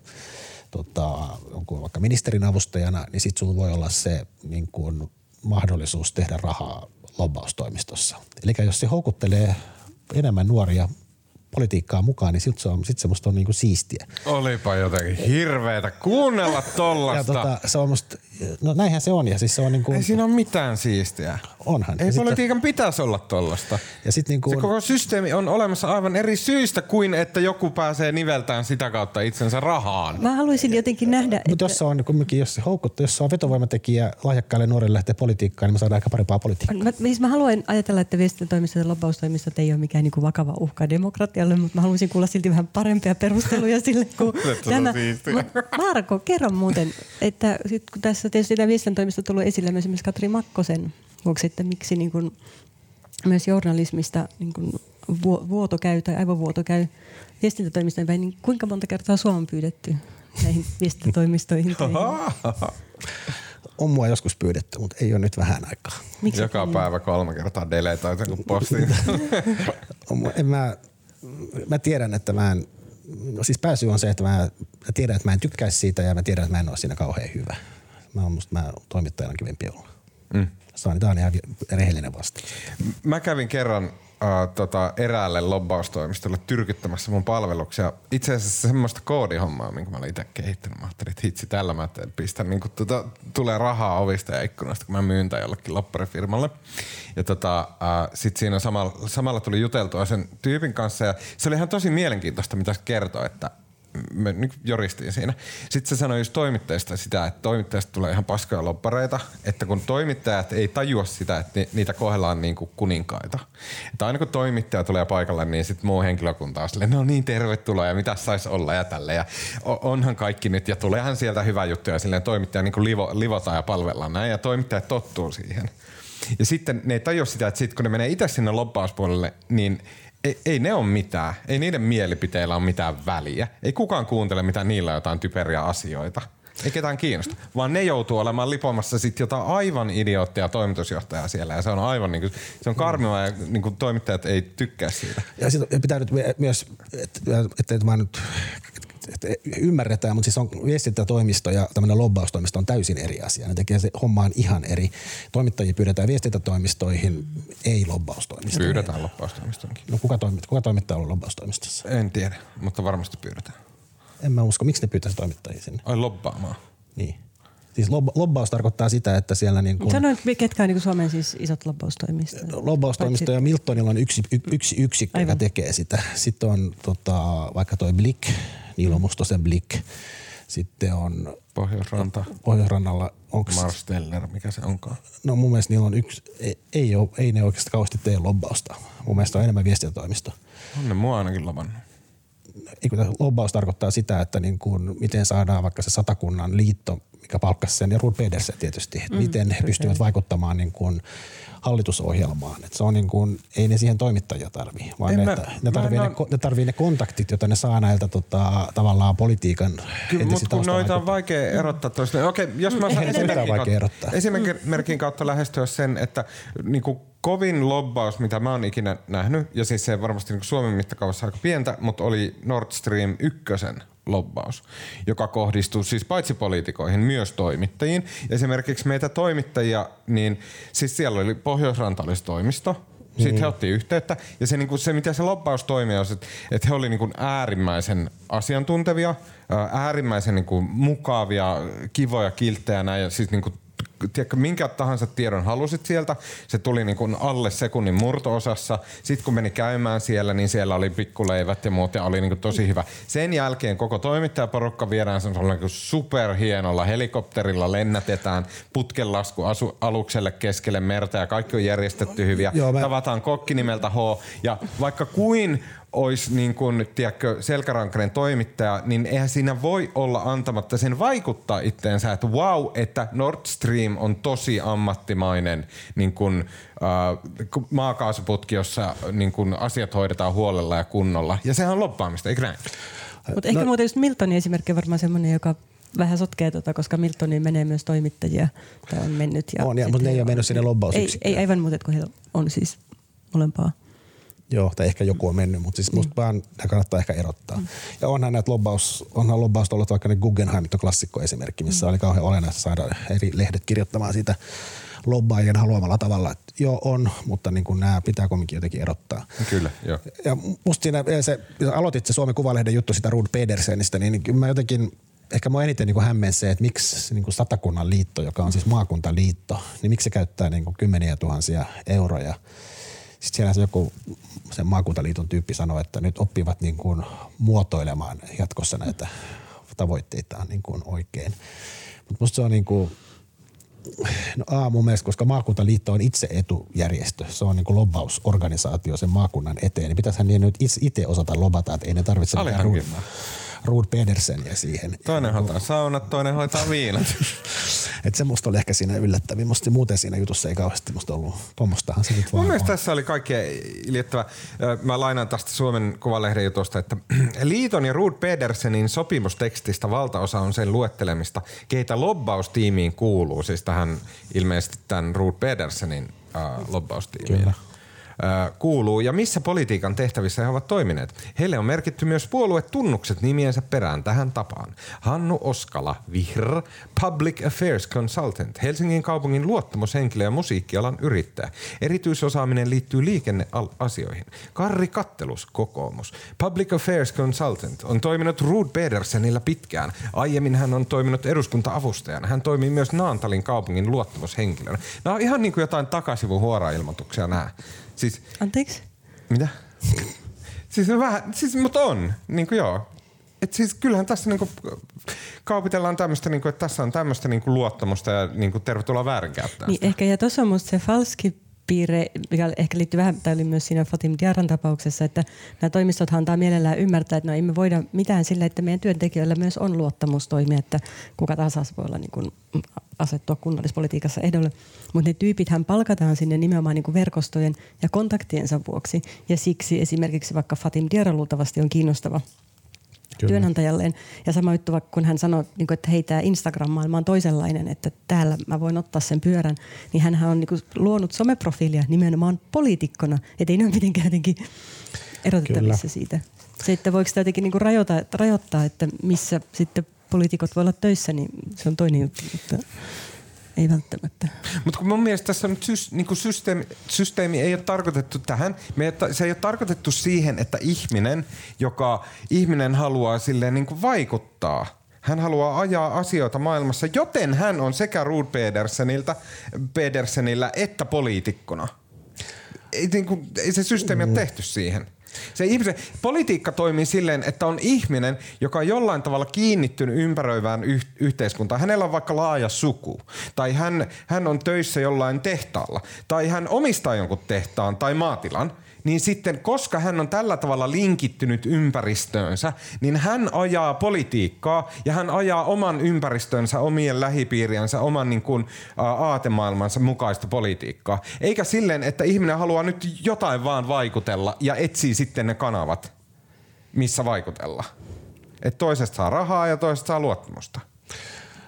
jonkun vaikka ministerin avustajana, niin sitten sulla voi olla se niin kuin mahdollisuus tehdä rahaa lobbaustoimistossa. Eli jos se houkuttelee enemmän nuoria politiikkaa mukaan, niin sit semmoista on niinku siistiä. Olipa jotenkin hirveetä kuunnella tollasta. Ja se on musta, no näinhän se on. Ja siis se on niinku, ei siinä ole mitään siistiä. Onhan. Ei politiikan pitäisi olla tollasta. Ja sit niinku, se koko systeemi on olemassa aivan eri syistä kuin että joku pääsee niveltään sitä kautta itsensä rahaan. Mä haluaisin jotenkin nähdä, mutta jos se on kumminkin, jos se on vetovoimatekijä lahjakkaille nuorille lähteä politiikkaan, niin me saadaan aika parempaa politiikkaa. Mä haluan ajatella, että viestintätoimistot ja lobbaustoimistot ei ole mikään niinku vakava uhka demokratialle, mutta mä haluaisin kuulla silti vähän parempia perusteluja sille kuin tämä. Marko, kerro muuten, että sit, kun tässä tietysti tämä viestintätoimisto on tullut esille myös esimerkiksi Katri Makkosen vuoksi, että miksi niin kun myös journalismista niin kun vuoto käy tai aivovuoto käy viestintätoimistojen päin, niin kuinka monta kertaa sua on pyydetty näihin viestintätoimistoihin? On mua joskus pyydetty, mutta ei ole nyt vähän aikaa. Miksi joka päivä 3 kertaa deletoita kuin postiin. Mä tiedän, että pääsy on se, että mä tiedän, että mä en tykkäisi siitä ja mä tiedän, että mä en ole siinä kauhean hyvä. Mä toimittajana kivempi olla. Tää on ihan rehellinen vastaus. Mä kävin kerran eräälle lobbaustoimistolle tyrkyttämässä mun palveluksia. Itse asiassa semmoista koodihommaa, minkä mä olin itse kehittänyt. Mä ajattelin, että hitsi tällä mä pistän niin tulee rahaa ovista ja ikkunasta, kun mä myyn tai jollekin lopparifirmalle. Ja sit siinä samalla tuli juteltua sen tyypin kanssa ja se oli ihan tosi mielenkiintoista, mitä se kertoi, että me nyt joristiin siinä. Sitten se sanoi just toimittajista sitä, että toimittajista tulee ihan paskoja lobbareita, että kun toimittajat ei tajua sitä, että niitä kohdellaan niin kuin kuninkaita. Että aina kun toimittaja tulee paikalle, niin sitten muu henkilökunta on silleen, no niin tervetuloa ja mitä saisi olla ja tälle. Ja onhan kaikki nyt ja tuleehan sieltä hyvä juttu ja silleen toimittaja niin kuin livotaan ja palvellaan näin ja toimittajat tottuu siihen. Ja sitten ne ei tajua sitä, että sitten kun ne menee itse sinne lobbauspuolelle, niin ei ne ole mitään. Ei niiden mielipiteillä ole mitään väliä. Ei kukaan kuuntele, mitä niillä on jotain typeriä asioita. Ei ketään kiinnosta. Vaan ne joutuu olemaan lipomassa sit jotain aivan idioottia toimitusjohtajaa siellä. Ja se on aivan niinku, se on karmiva ja niinku toimittajat ei tykkää siitä. Ja sitten pitää nyt myös, että mä nyt ymmärretään, mutta siis on viestintätoimisto ja tämmöinen lobbaustoimisto on täysin eri asia. Ne tekee se hommaan ihan eri. Toimittajia pyydetään viestintätoimistoihin, ei lobbaustoimistoihin. Pyydetään lobbaustoimistoonkin. No kuka toimittaja on lobbaustoimistossa? En tiedä, mutta varmasti pyydetään. En mä usko. Miksi ne pyytäisi toimittajia sinne? Ai lobbaamaan. Niin. Siis lobbaus tarkoittaa sitä, että siellä niin kuin... Sanoit, ketkä on niin kuin Suomen siis isot lobbaustoimistot? Lobbaustoimisto ja Miltonilla on yksi yksikkö, joka tekee sitä. Sitten on vaikka toi Blick, Niilo Mustosen Blick. Sitten on... Pohjoisrannalla. Mars Teller, mikä se onkaan? No mun mielestä niillä on ei ne oikeasti kauheasti tee lobbausta. Mun mielestä on enemmän viestintätoimisto. On ne mua ainakin lobannut. Lobbaus tarkoittaa sitä, että niin kuin, miten saadaan vaikka se Satakunnan liitto, mikä palkkasi sen, ja Ruud Pedersen tietysti, että miten he pystyvät vaikuttamaan niin kuin hallitusohjelmaan. Että se on niin kuin, ei ne siihen toimittajia tarvii, vaan ne tarvii ne kontaktit, joita ne saa näiltä tavallaan politiikan entisiltä taustalla. Noita on vaikea erottaa toista. Okei, jos mä esimerkin kautta lähestyä sen, että niinku kovin lobbaus, mitä mä oon ikinä nähnyt, ja siis se varmasti niin Suomen mittakaavassa aika pientä, mutta oli Nord Stream 1 lobbaus, joka kohdistuu siis paitsi poliitikoihin, myös toimittajiin. Esimerkiksi meitä toimittajia, niin siis siellä oli Pohjoisranta olisi toimisto, Sitten he otti yhteyttä ja se, niinku, se mitä se lobbaus toimii on, että he oli niinku äärimmäisen asiantuntevia, äärimmäisen niinku mukavia, kivoja, kilttejä näin ja siis niinku tiedätkö, minkä tahansa tiedon halusit sieltä, se tuli niin kuin alle sekunnin murto-osassa. Sitten kun meni käymään siellä, niin siellä oli pikkuleivät ja muut ja oli niin kuin tosi hyvä. Sen jälkeen koko toimittajaporukka viedään semmoisella niin superhienolla helikopterilla, lennätetään putkenlaskualukselle keskelle merta ja kaikki on järjestetty hyviä. Tavataan kokki nimeltä H ja vaikka kuin olisi niin kuin, tiedätkö, selkärankainen toimittaja, niin eihän siinä voi olla antamatta sen vaikuttaa itteensä, että wow, että Nord Stream on tosi ammattimainen niin kuin, maakaasuputki, jossa niin kuin, asiat hoidetaan huolella ja kunnolla. Ja sehän on lobbaamista, eikö näin? Mutta ehkä muuten just Miltonin esimerkki on varmaan semmoinen, joka vähän sotkee koska Miltoniin menee myös toimittajia tai on mennyt. Ja on, mutta ne ei ole mennyt sinne lobbausyksikköön. Ei aivan muuten, kun heillä on siis molempaa. Joo, tai ehkä joku on mennyt, mutta siis musta vaan kannattaa ehkä erottaa. Ja onhan näitä lobbausta ollut vaikka ne Guggenheimit on klassikko esimerkki, missä oli kauhean olennaista saada eri lehdet kirjoittamaan siitä lobbaajien haluamalla tavalla. Että joo on, mutta niin kuin nämä pitää kuitenkin jotenkin erottaa. Kyllä, joo. Ja musta siinä aloitit se Suomen Kuvalehden juttu sitä Ruud Pedersenistä, niin mä jotenkin ehkä mua eniten niin hämmensi se, että miksi niin kuin Satakunnan liitto, joka on siis maakuntaliitto, niin miksi se käyttää niin kuin kymmeniä tuhansia euroja. Sitten siellä se joku sen maakuntaliiton tyyppi sanoi, että nyt oppivat niin kuin muotoilemaan jatkossa näitä tavoitteitaan niin kuin oikein. Mutta musta se on niin kuin, mun mielestä, koska maakuntaliitto on itse etujärjestö, se on niin kuin lobbausorganisaatio sen maakunnan eteen, niin pitäisihän niin nyt itse osata lobata, että ei ne tarvitse mitään Ruud Pederseniä siihen. Toinen hoitaa saunat, toinen hoitaa viinat. Että se musta oli ehkä siinä yllättävin. Musta muuten siinä jutussa ei kauheasti musta ollut. Tuommoistahan se nyt vaan mun mielestä tässä oli kaikkea iljettävää. Mä lainaan tästä Suomen Kuvalehden jutusta, että liiton ja Ruud Pedersenin sopimustekstistä valtaosa on sen luettelemista, keitä lobbaustiimiin kuuluu. Siis tähän ilmeisesti tämän Ruud Pedersenin lobbaustiimiin. Kyllä. Kuuluu ja missä politiikan tehtävissä he ovat toimineet. Heille on merkitty myös puoluetunnukset nimiensä perään tähän tapaan. Hannu Oskala, Vihr, Public Affairs Consultant, Helsingin kaupungin luottamushenkilö ja musiikkialan yrittäjä. Erityisosaaminen liittyy liikenneasioihin. Karri Kattelus, kokoomus. Public Affairs Consultant on toiminut Ruud Pedersenillä pitkään. Aiemmin hän on toiminut eduskunta-avustajana. Hän toimii myös Naantalin kaupungin luottamushenkilönä. Nämä on ihan niin kuin jotain takasivun huora-ilmoituksia nämä. Siis, anteeksi? Mitä? Siis vähän, siis mutta on, niinku joo. Et siis kyllähän tässä niinku kaupitellaan tämmöistä niinku, että tässä on tämmöistä niinku luottamusta ja niinku tervetuloa väärinkäyttää. Niin ehkä ja tuossa on musta se falski piirre, mikä ehkä liittyy vähän, tai oli myös siinä Fatim Diarran tapauksessa, että nämä toimistothan antaa mielellään ymmärtää, että no ei me voida mitään sillä, että meidän työntekijöillä myös on luottamustoimia, että kuka tahansa voi olla niin kuin asettua kunnallispolitiikassa ehdolle. Mutta ne tyypithän palkataan sinne nimenomaan niin kuin verkostojen ja kontaktiensa vuoksi, ja siksi esimerkiksi vaikka Fatim Diarra luultavasti on kiinnostava työnantajalleen. Ja sama juttu, kun hän sanoi, että hei, tämä Instagram-maailma on toisenlainen, että täällä mä voin ottaa sen pyörän, niin hänhän on luonut someprofiilia nimenomaan poliitikkona. Että ei ne ole mitenkään jotenkin erotettavissa siitä. Se, että voiko sitä jotenkin rajoittaa, että missä sitten poliitikot voi olla töissä, niin se on toinen juttu. Mutta ei välttämättä. Mutta mun mielestä tässä on nyt systeemi ei ole tarkoitettu tähän. Se ei ole tarkoitettu siihen, että ihminen haluaa silleen niin kuin vaikuttaa. Hän haluaa ajaa asioita maailmassa, joten hän on sekä Ruud Pedersenillä että poliitikkona. Ei se systeemi ole tehty siihen. Politiikka toimii silleen, että on ihminen, joka on jollain tavalla kiinnittynyt ympäröivään yhteiskuntaan. Hänellä on vaikka laaja suku, tai hän on töissä jollain tehtaalla, tai hän omistaa jonkun tehtaan tai maatilan. Niin sitten, koska hän on tällä tavalla linkittynyt ympäristöönsä, niin hän ajaa politiikkaa ja hän ajaa oman ympäristönsä, omien lähipiiriänsä, oman niin kuin, aatemaailmansa mukaista politiikkaa. Eikä silleen, että ihminen haluaa nyt jotain vaan vaikutella ja etsii sitten ne kanavat, missä vaikutella. Että toisesta saa rahaa ja toisesta saa luottamusta.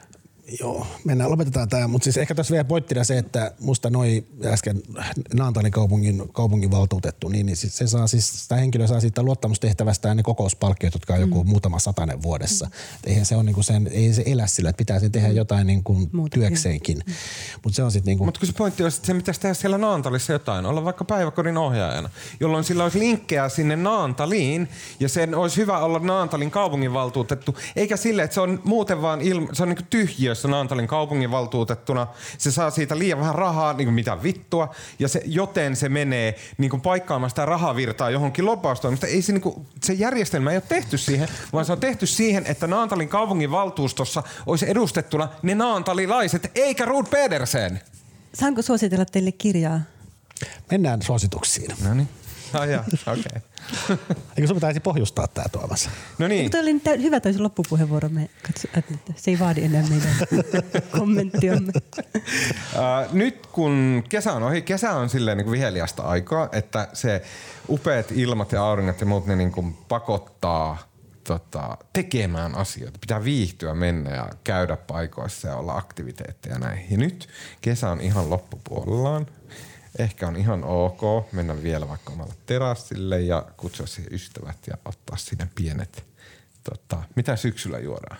Joo, lopetetaan tämä, mutta siis ehkä tässä vielä pointtina se, että musta äsken Naantalin kaupungin valtuutettu, niin siis tämä henkilö saa siitä luottamustehtävästään ne kokouspalkkiot, jotka on joku muutama satanen vuodessa. Eihän se ole niinku ei se elä sillä, että pitää sen tehdä jotain niinku työkseenkin. Mutta se on sitten niinku. Mutta kun se pointti on, että se pitäisi tehdä siellä Naantalissa jotain, olla vaikka päiväkodin ohjaajana, jolloin sillä olisi linkkejä sinne Naantaliin ja sen olisi hyvä olla Naantalin kaupunginvaltuutettu, eikä sille, että se on muuten vaan se on niinku tyhjiössä Naantalin kaupunginvaltuutettuna. Se saa siitä liian vähän rahaa, niinku mitä vittua, ja joten se menee niinku paikkaamaan sitä rahavirtaa johonkin lobbaustoimista. Ei se järjestelmä ei ole tehty siihen, vaan se on tehty siihen, että Naantalin kaupunginvaltuustossa olisi edustettuna ne naantalilaiset, eikä Ruud Pedersen. Saanko suositella teille kirjaa? Mennään suosituksiin. No niin. Okei. Eikö sun pitäisi pohjustaa tää Tuomas? No niin. Mutta oli hyvä toisi loppupuheenvuoro. Se ei vaadi enää meidän kommenttiamme. Nyt kun kesä on silleen niin kuin viheliästä aikaa, että se upeat ilmat ja auringot ja muut ne niin kuin pakottaa tekemään asioita. Pitää viihtyä, mennä ja käydä paikoissa ja olla aktiviteetteja näin. Ja nyt kesä on ihan loppupuolellaan. Ehkä on ihan ok mennä vielä vaikka omalle terassille ja kutsua siihen ystävät ja ottaa sinne pienet. Mitä syksyllä juodaan?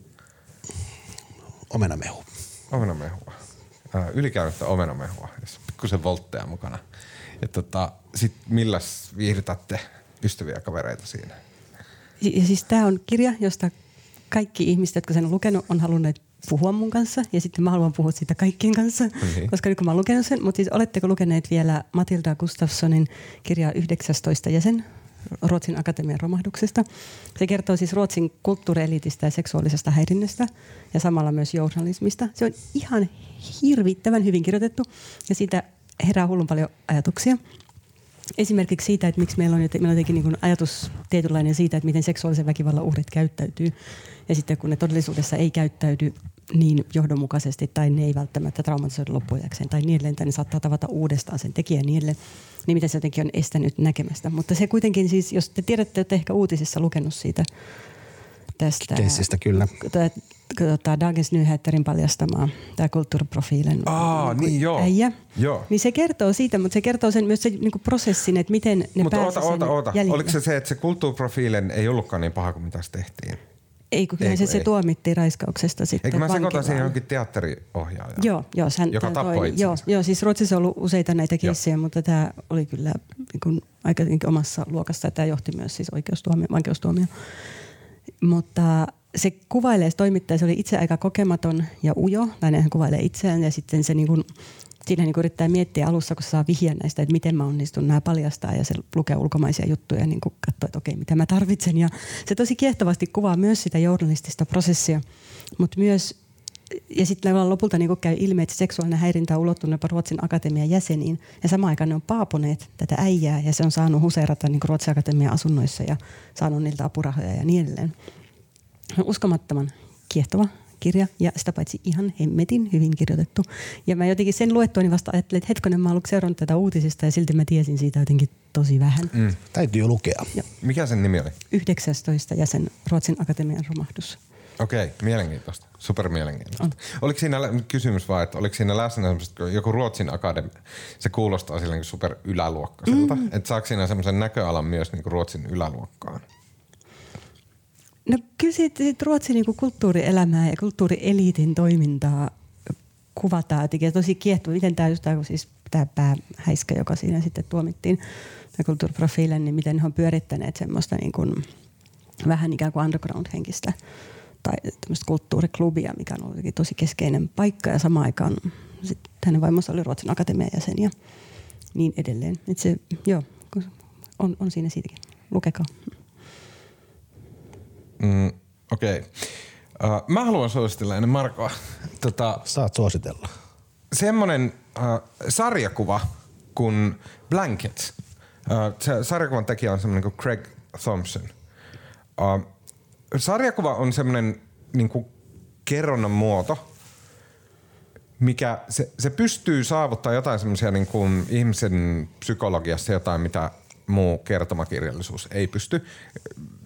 Omenamehu. Omenamehua. Ylikäynyttä omenamehua, jos pikkusen voltteja mukana. Ja sit milläs viihdytätte ystäviä ja kavereita siinä? Ja siis tää on kirja, josta kaikki ihmiset, jotka sen on lukenut, on halunneet puhua mun kanssa ja sitten mä haluan puhua siitä kaikkien kanssa, koska nyt kun mä oon lukenut sen, mutta siis oletteko lukeneet vielä Matilda Gustafssonin kirjaa 19 jäsen Ruotsin akatemian romahduksesta? Se kertoo siis Ruotsin kulttuurielitistä ja seksuaalisesta häirinnästä ja samalla myös journalismista. Se on ihan hirvittävän hyvin kirjoitettu ja siitä herää hullun paljon ajatuksia. Esimerkiksi siitä, että miksi meillä on jotenkin niin kuin ajatus tietynlainen siitä, että miten seksuaalisen väkivallan uhrit käyttäytyy. Ja sitten kun ne todellisuudessa ei käyttäydy niin johdonmukaisesti tai ne ei välttämättä traumatisoida loppuajakseen tai niin edelleen, tai ne saattaa tavata uudestaan sen tekijän niin edelleen, niin miten se jotenkin on estänyt näkemästä. Mutta se kuitenkin siis, jos te tiedätte, että ehkä uutisissa lukenut siitä tästä keissistä kyllä. Dagens Nyheterin paljastamaa, tämä kulttuuriprofiilen niin joo. äijä. Joo. Niin se kertoo siitä, mutta se kertoo sen, myös sen niinku prosessin, että miten ne pääsivät sen jäljille. Oliko se, että se kulttuuriprofiilen ei ollutkaan niin paha kuin mitä se tehtiin? Ei, kun se tuomittiin raiskauksesta sitten vankilaan. Eikö mä sekoitan siihen johonkin teatteriohjaajan? Joo, joka tappoi itsensä. Joo, siis Ruotsissa on ollut useita näitä keissejä, mutta tämä oli kyllä niin aika omassa luokassa ja tämä johti myös siis vankeustuomioon. Mutta se kuvailee, se toimittaja, se oli itse aika kokematon ja ujo, tai hän kuvailee itseään ja sitten se niin kuin, siinä niin kuin yrittää miettiä alussa, kun se saa vihjeä näistä, että miten mä onnistun nämä paljastaa ja se lukee ulkomaisia juttuja ja niin kuin katsoo, että okei, mitä mä tarvitsen. Ja se tosi kiehtovasti kuvaa myös sitä journalistista prosessia, mutta myös, ja sitten lopulta niin kuin käy ilmi, että seksuaalinen häirintä on ulottunut jopa Ruotsin akatemian jäseniin ja samaan aikaan ne on paaponeet tätä äijää ja se on saanut huseerata niin kuin Ruotsin akatemian asunnoissa ja saanut niiltä apurahoja ja niin edelleen. Uskomattoman kiehtova kirja ja sitä paitsi ihan hemmetin hyvin kirjoitettu. Ja mä jotenkin sen luettuani vasta ajattelin, että hetkonen mä oon seurannut tätä uutisista ja silti mä tiesin siitä jotenkin tosi vähän. Täytyy jo lukea. Ja. Mikä sen nimi oli? 19 jäsen Ruotsin akatemian romahdus. Okei, mielenkiintoista. Super mielenkiintoista. Oliko siinä kysymys vaan, että oliko siinä läsnä joku Ruotsin akademia? Se kuulostaa silleen super yläluokkaiselta. Että saako siinä semmoisen näköalan myös niin kuin Ruotsin yläluokkaan? No kyllä siitä Ruotsin niin kuin kulttuurielämää ja kulttuurieliitin toimintaa kuvataan jotenkin tosi kiehtova. Miten tämä päähäiskä, joka siinä sitten tuomittiin, tämä kulttuuriprofiilen, niin miten he on pyörittäneet semmoista niin kuin vähän ikään kuin underground-henkistä tai tämmöistä kulttuuriklubia, mikä on ollut tosi keskeinen paikka ja samaan aikaan sitten hänen vaimonsa oli Ruotsin akatemian jäsen ja niin edelleen. Että se, joo, on siinä siitäkin. Lukekaa. Okei. Mä haluan suositella ennen Markoa. Saat suositella. Semmonen sarjakuva kuin Blankets. Se sarjakuvan tekijä on semmonen kuin Craig Thompson. Sarjakuva on semmonen niinku kerronnan muoto, mikä se pystyy saavuttaa jotain semmoisia niinku ihmisen psykologiassa jotain, mitä muu kertomakirjallisuus ei pysty.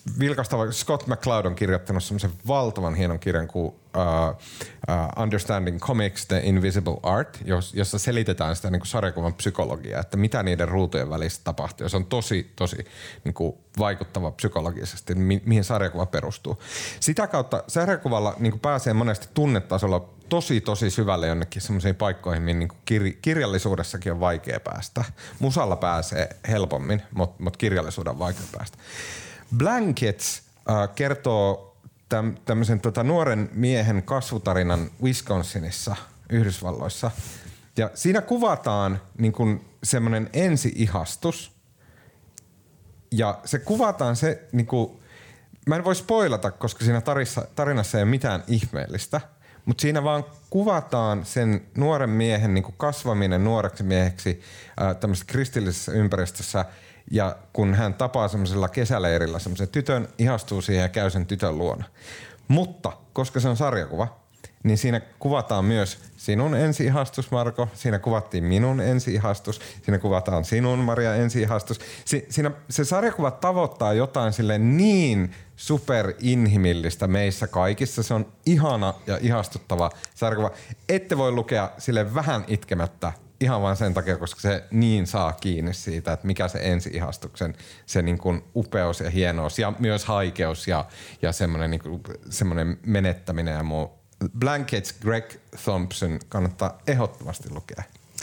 vilkastava. Scott McCloud on kirjoittanut semmoisen valtavan hienon kirjan kuin Understanding Comics, The Invisible Art, jossa selitetään sitä niin kuin sarjakuvan psykologiaa, että mitä niiden ruutujen välissä tapahtuu. Ja se on tosi niin kuin vaikuttava psykologisesti, mihin sarjakuva perustuu. Sitä kautta sarjakuvalla niin kuin pääsee monesti tunnetasolla tosi syvälle jonnekin semmoisiin paikkoihin, mihin niin kuin kirjallisuudessakin on vaikea päästä. Musalla pääsee helpommin, mutta kirjallisuuden on vaikea päästä. Blankets kertoo tämmöisen nuoren miehen kasvutarinan Wisconsinissa, Yhdysvalloissa. Ja siinä kuvataan niin kuin semmoinen ensi-ihastus. Ja se kuvataan se, niin kuin, mä en voi spoilata, koska siinä tarinassa ei ole mitään ihmeellistä, mutta siinä vaan kuvataan sen nuoren miehen niin kuin kasvaminen nuoreksi mieheksi tämmöisessä kristillisessä ympäristössä. Ja kun hän tapaa semmoisella kesäleirillä semmoisen tytön, ihastuu siihen ja käy sen tytön luona. Mutta koska se on sarjakuva, niin siinä kuvataan myös sinun ensi-ihastus, Marko. Siinä kuvattiin minun ensi-ihastus. Siinä kuvataan sinun, Maria, ensi-ihastus. Siinä se sarjakuva tavoittaa jotain sille niin superinhimillistä meissä kaikissa. Se on ihana ja ihastuttava sarjakuva. Ette voi lukea sille vähän itkemättä. Ihan vain sen takia, koska se niin saa kiinni siitä, että mikä se ensi-ihastuksen se niin kuin upeus ja hienous ja myös haikeus ja semmoinen niin kuin semmoinen menettäminen ja muu. Blankets, Greg Thompson, kannattaa ehdottomasti lukea.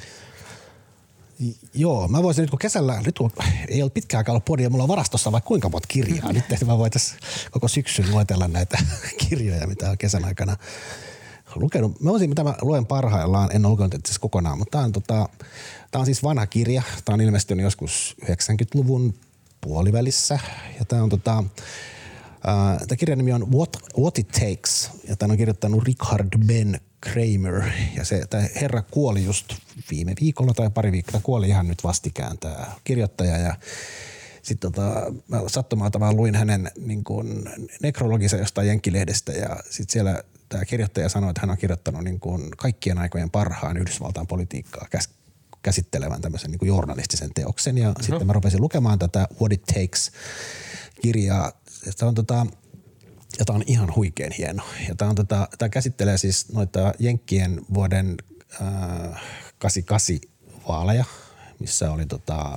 Joo, mä voisin nyt kun kesällä, nyt ei ole pitkään aikaa ollut podia, mulla on varastossa vaikka kuinka monta kirjaa. Nyt mä voitaisiin koko syksyn luetella näitä kirjoja, mitä on kesän aikana lukenut. Mitä mä luen parhaillaan, en ole lukenut itse kokonaan, mutta tää on siis vanha kirja. Tää on ilmestynyt joskus 90-luvun puolivälissä. Ja tää on tää kirjan nimi on What It Takes. Ja tän on kirjoittanut Richard Ben Kramer. Ja tää herra kuoli just viime viikolla tai pari viikkoa. Kuoli ihan nyt vastikään tää kirjoittaja. Ja sitten mä sattumalta vaan luin hänen niin kuin nekrologisen jostain Jenkkilehdestä ja sitten siellä tämä kirjoittaja sanoi, että hän on kirjoittanut niin kuin kaikkien aikojen parhaan Yhdysvaltain politiikkaa käsittelevän tämmöisen niin kuin journalistisen teoksen. Ja sitten mä rupesin lukemaan tätä What It Takes-kirjaa. Ja tämä on ihan huikean hieno. Ja tämä käsittelee siis noita Jenkkien vuoden 88 vaaleja, missä oli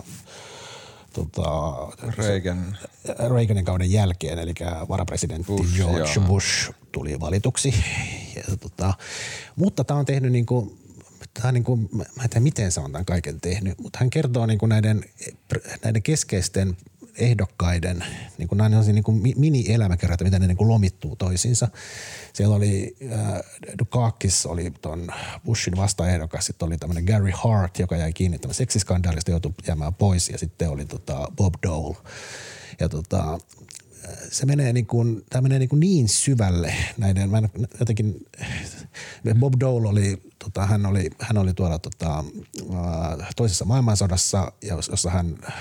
Reaganin kauden jälkeen, eli varapresidentti George Bush tuli valituksi. Ja mutta tämä on tehnyt niinku, mä en tiedä miten se on tämän kaiken tehnyt, mutta hän kertoo niinku näiden keskeisten ehdokkaiden, niinku nämä on niinku mini-elämäkerrat, miten ne niinku lomittuu toisiinsa. Siellä oli Dukakis oli ton Bushin vastaehdokas, sitten oli tämmöinen Gary Hart, joka jäi kiinni tämän seksiskandaalista, joutui jäämään pois, ja sitten oli Bob Dole. Ja se menee niin syvälle näiden, Bob Dole oli, hän oli tuolla toisessa maailmansodassa, jossa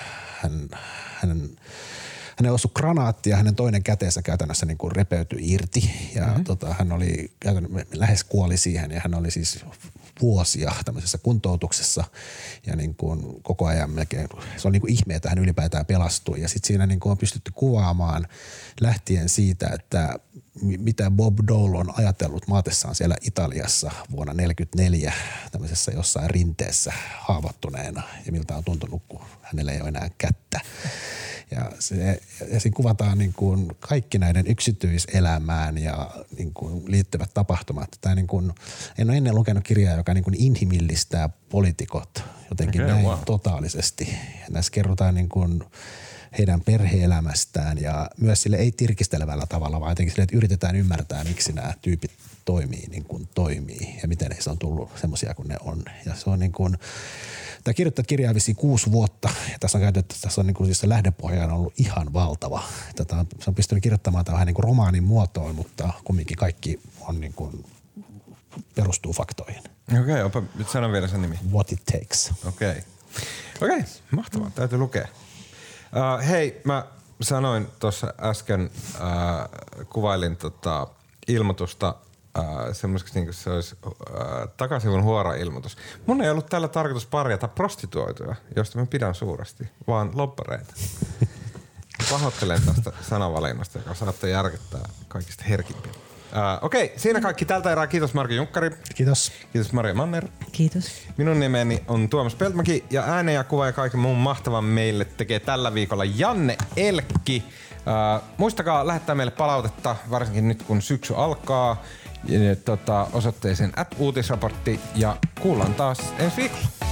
hänen osui granaatti ja hänen toinen käteensä käytännössä niin kuin repeytyi irti ja hän oli lähes kuoli siihen ja hän oli siis vuosia tämmöisessä kuntoutuksessa ja niin kuin koko ajan melkein, se on niin kuin ihme, että hän ylipäätään pelastui ja sitten siinä niin kuin on pystytty kuvaamaan lähtien siitä, että mitä Bob Dole on ajatellut maatessaan siellä Italiassa vuonna 1944 tämmöisessä jossain rinteessä haavoittuneena ja miltä on tuntunut, kun hänellä ei ole enää kättä. Ja siinä kuvataan niin kuin kaikki näiden yksityiselämään ja niin kuin liittyvät tapahtumat. Tämä niin kuin, en ole ennen lukenut kirjaa, joka niin kuin inhimillistää poliitikot jotenkin totaalisesti. Ja näissä kerrotaan niin kuin heidän perhe-elämästään ja myös sille ei tirkistelevällä tavalla, vaan jotenkin sille, että yritetään ymmärtää, miksi nämä tyypit toimii niin kuin toimii ja miten heistä on tullut semmoisia kuin ne on. Ja se on niin kuin, tämä kirjoittaa kirjaa vissiin 6 vuotta ja tässä on käytetty, tässä on niin kuin siis se lähdepohja on ollut ihan valtava. Se on pystynyt kirjoittamaan tämän vähän niin kuin romaanin muotoon, mutta kumminkin kaikki on niin kuin perustuu faktoihin. Okei, nyt sanon vielä sen nimi. What It Takes. Okei, mahtavaa. Täytyy lukea. Hei, mä sanoin tuossa äsken, kuvailin ilmoitusta semmoiseksi niin kuin se olisi takasivun huora-ilmoitus. Mun ei ollut täällä tarkoitus parjata prostituoituja, josta mä pidän suuresti, vaan lobbareita. Pahoittelen tästä sanavalinnasta, joka saattaa järkyttää kaikista herkimpiä. Okei, siinä kaikki tältä erää. Kiitos Marko Junkkari. Kiitos. Kiitos Maria Manner. Kiitos. Minun nimeni on Tuomas Peltmäki ja äänen ja kuva ja kaiken muun mahtavan meille tekee tällä viikolla Janne Elkki. Muistakaa lähettää meille palautetta, varsinkin nyt kun syksy alkaa, osoitteeseen @uutisraportti ja kuullaan taas ensi viikolla.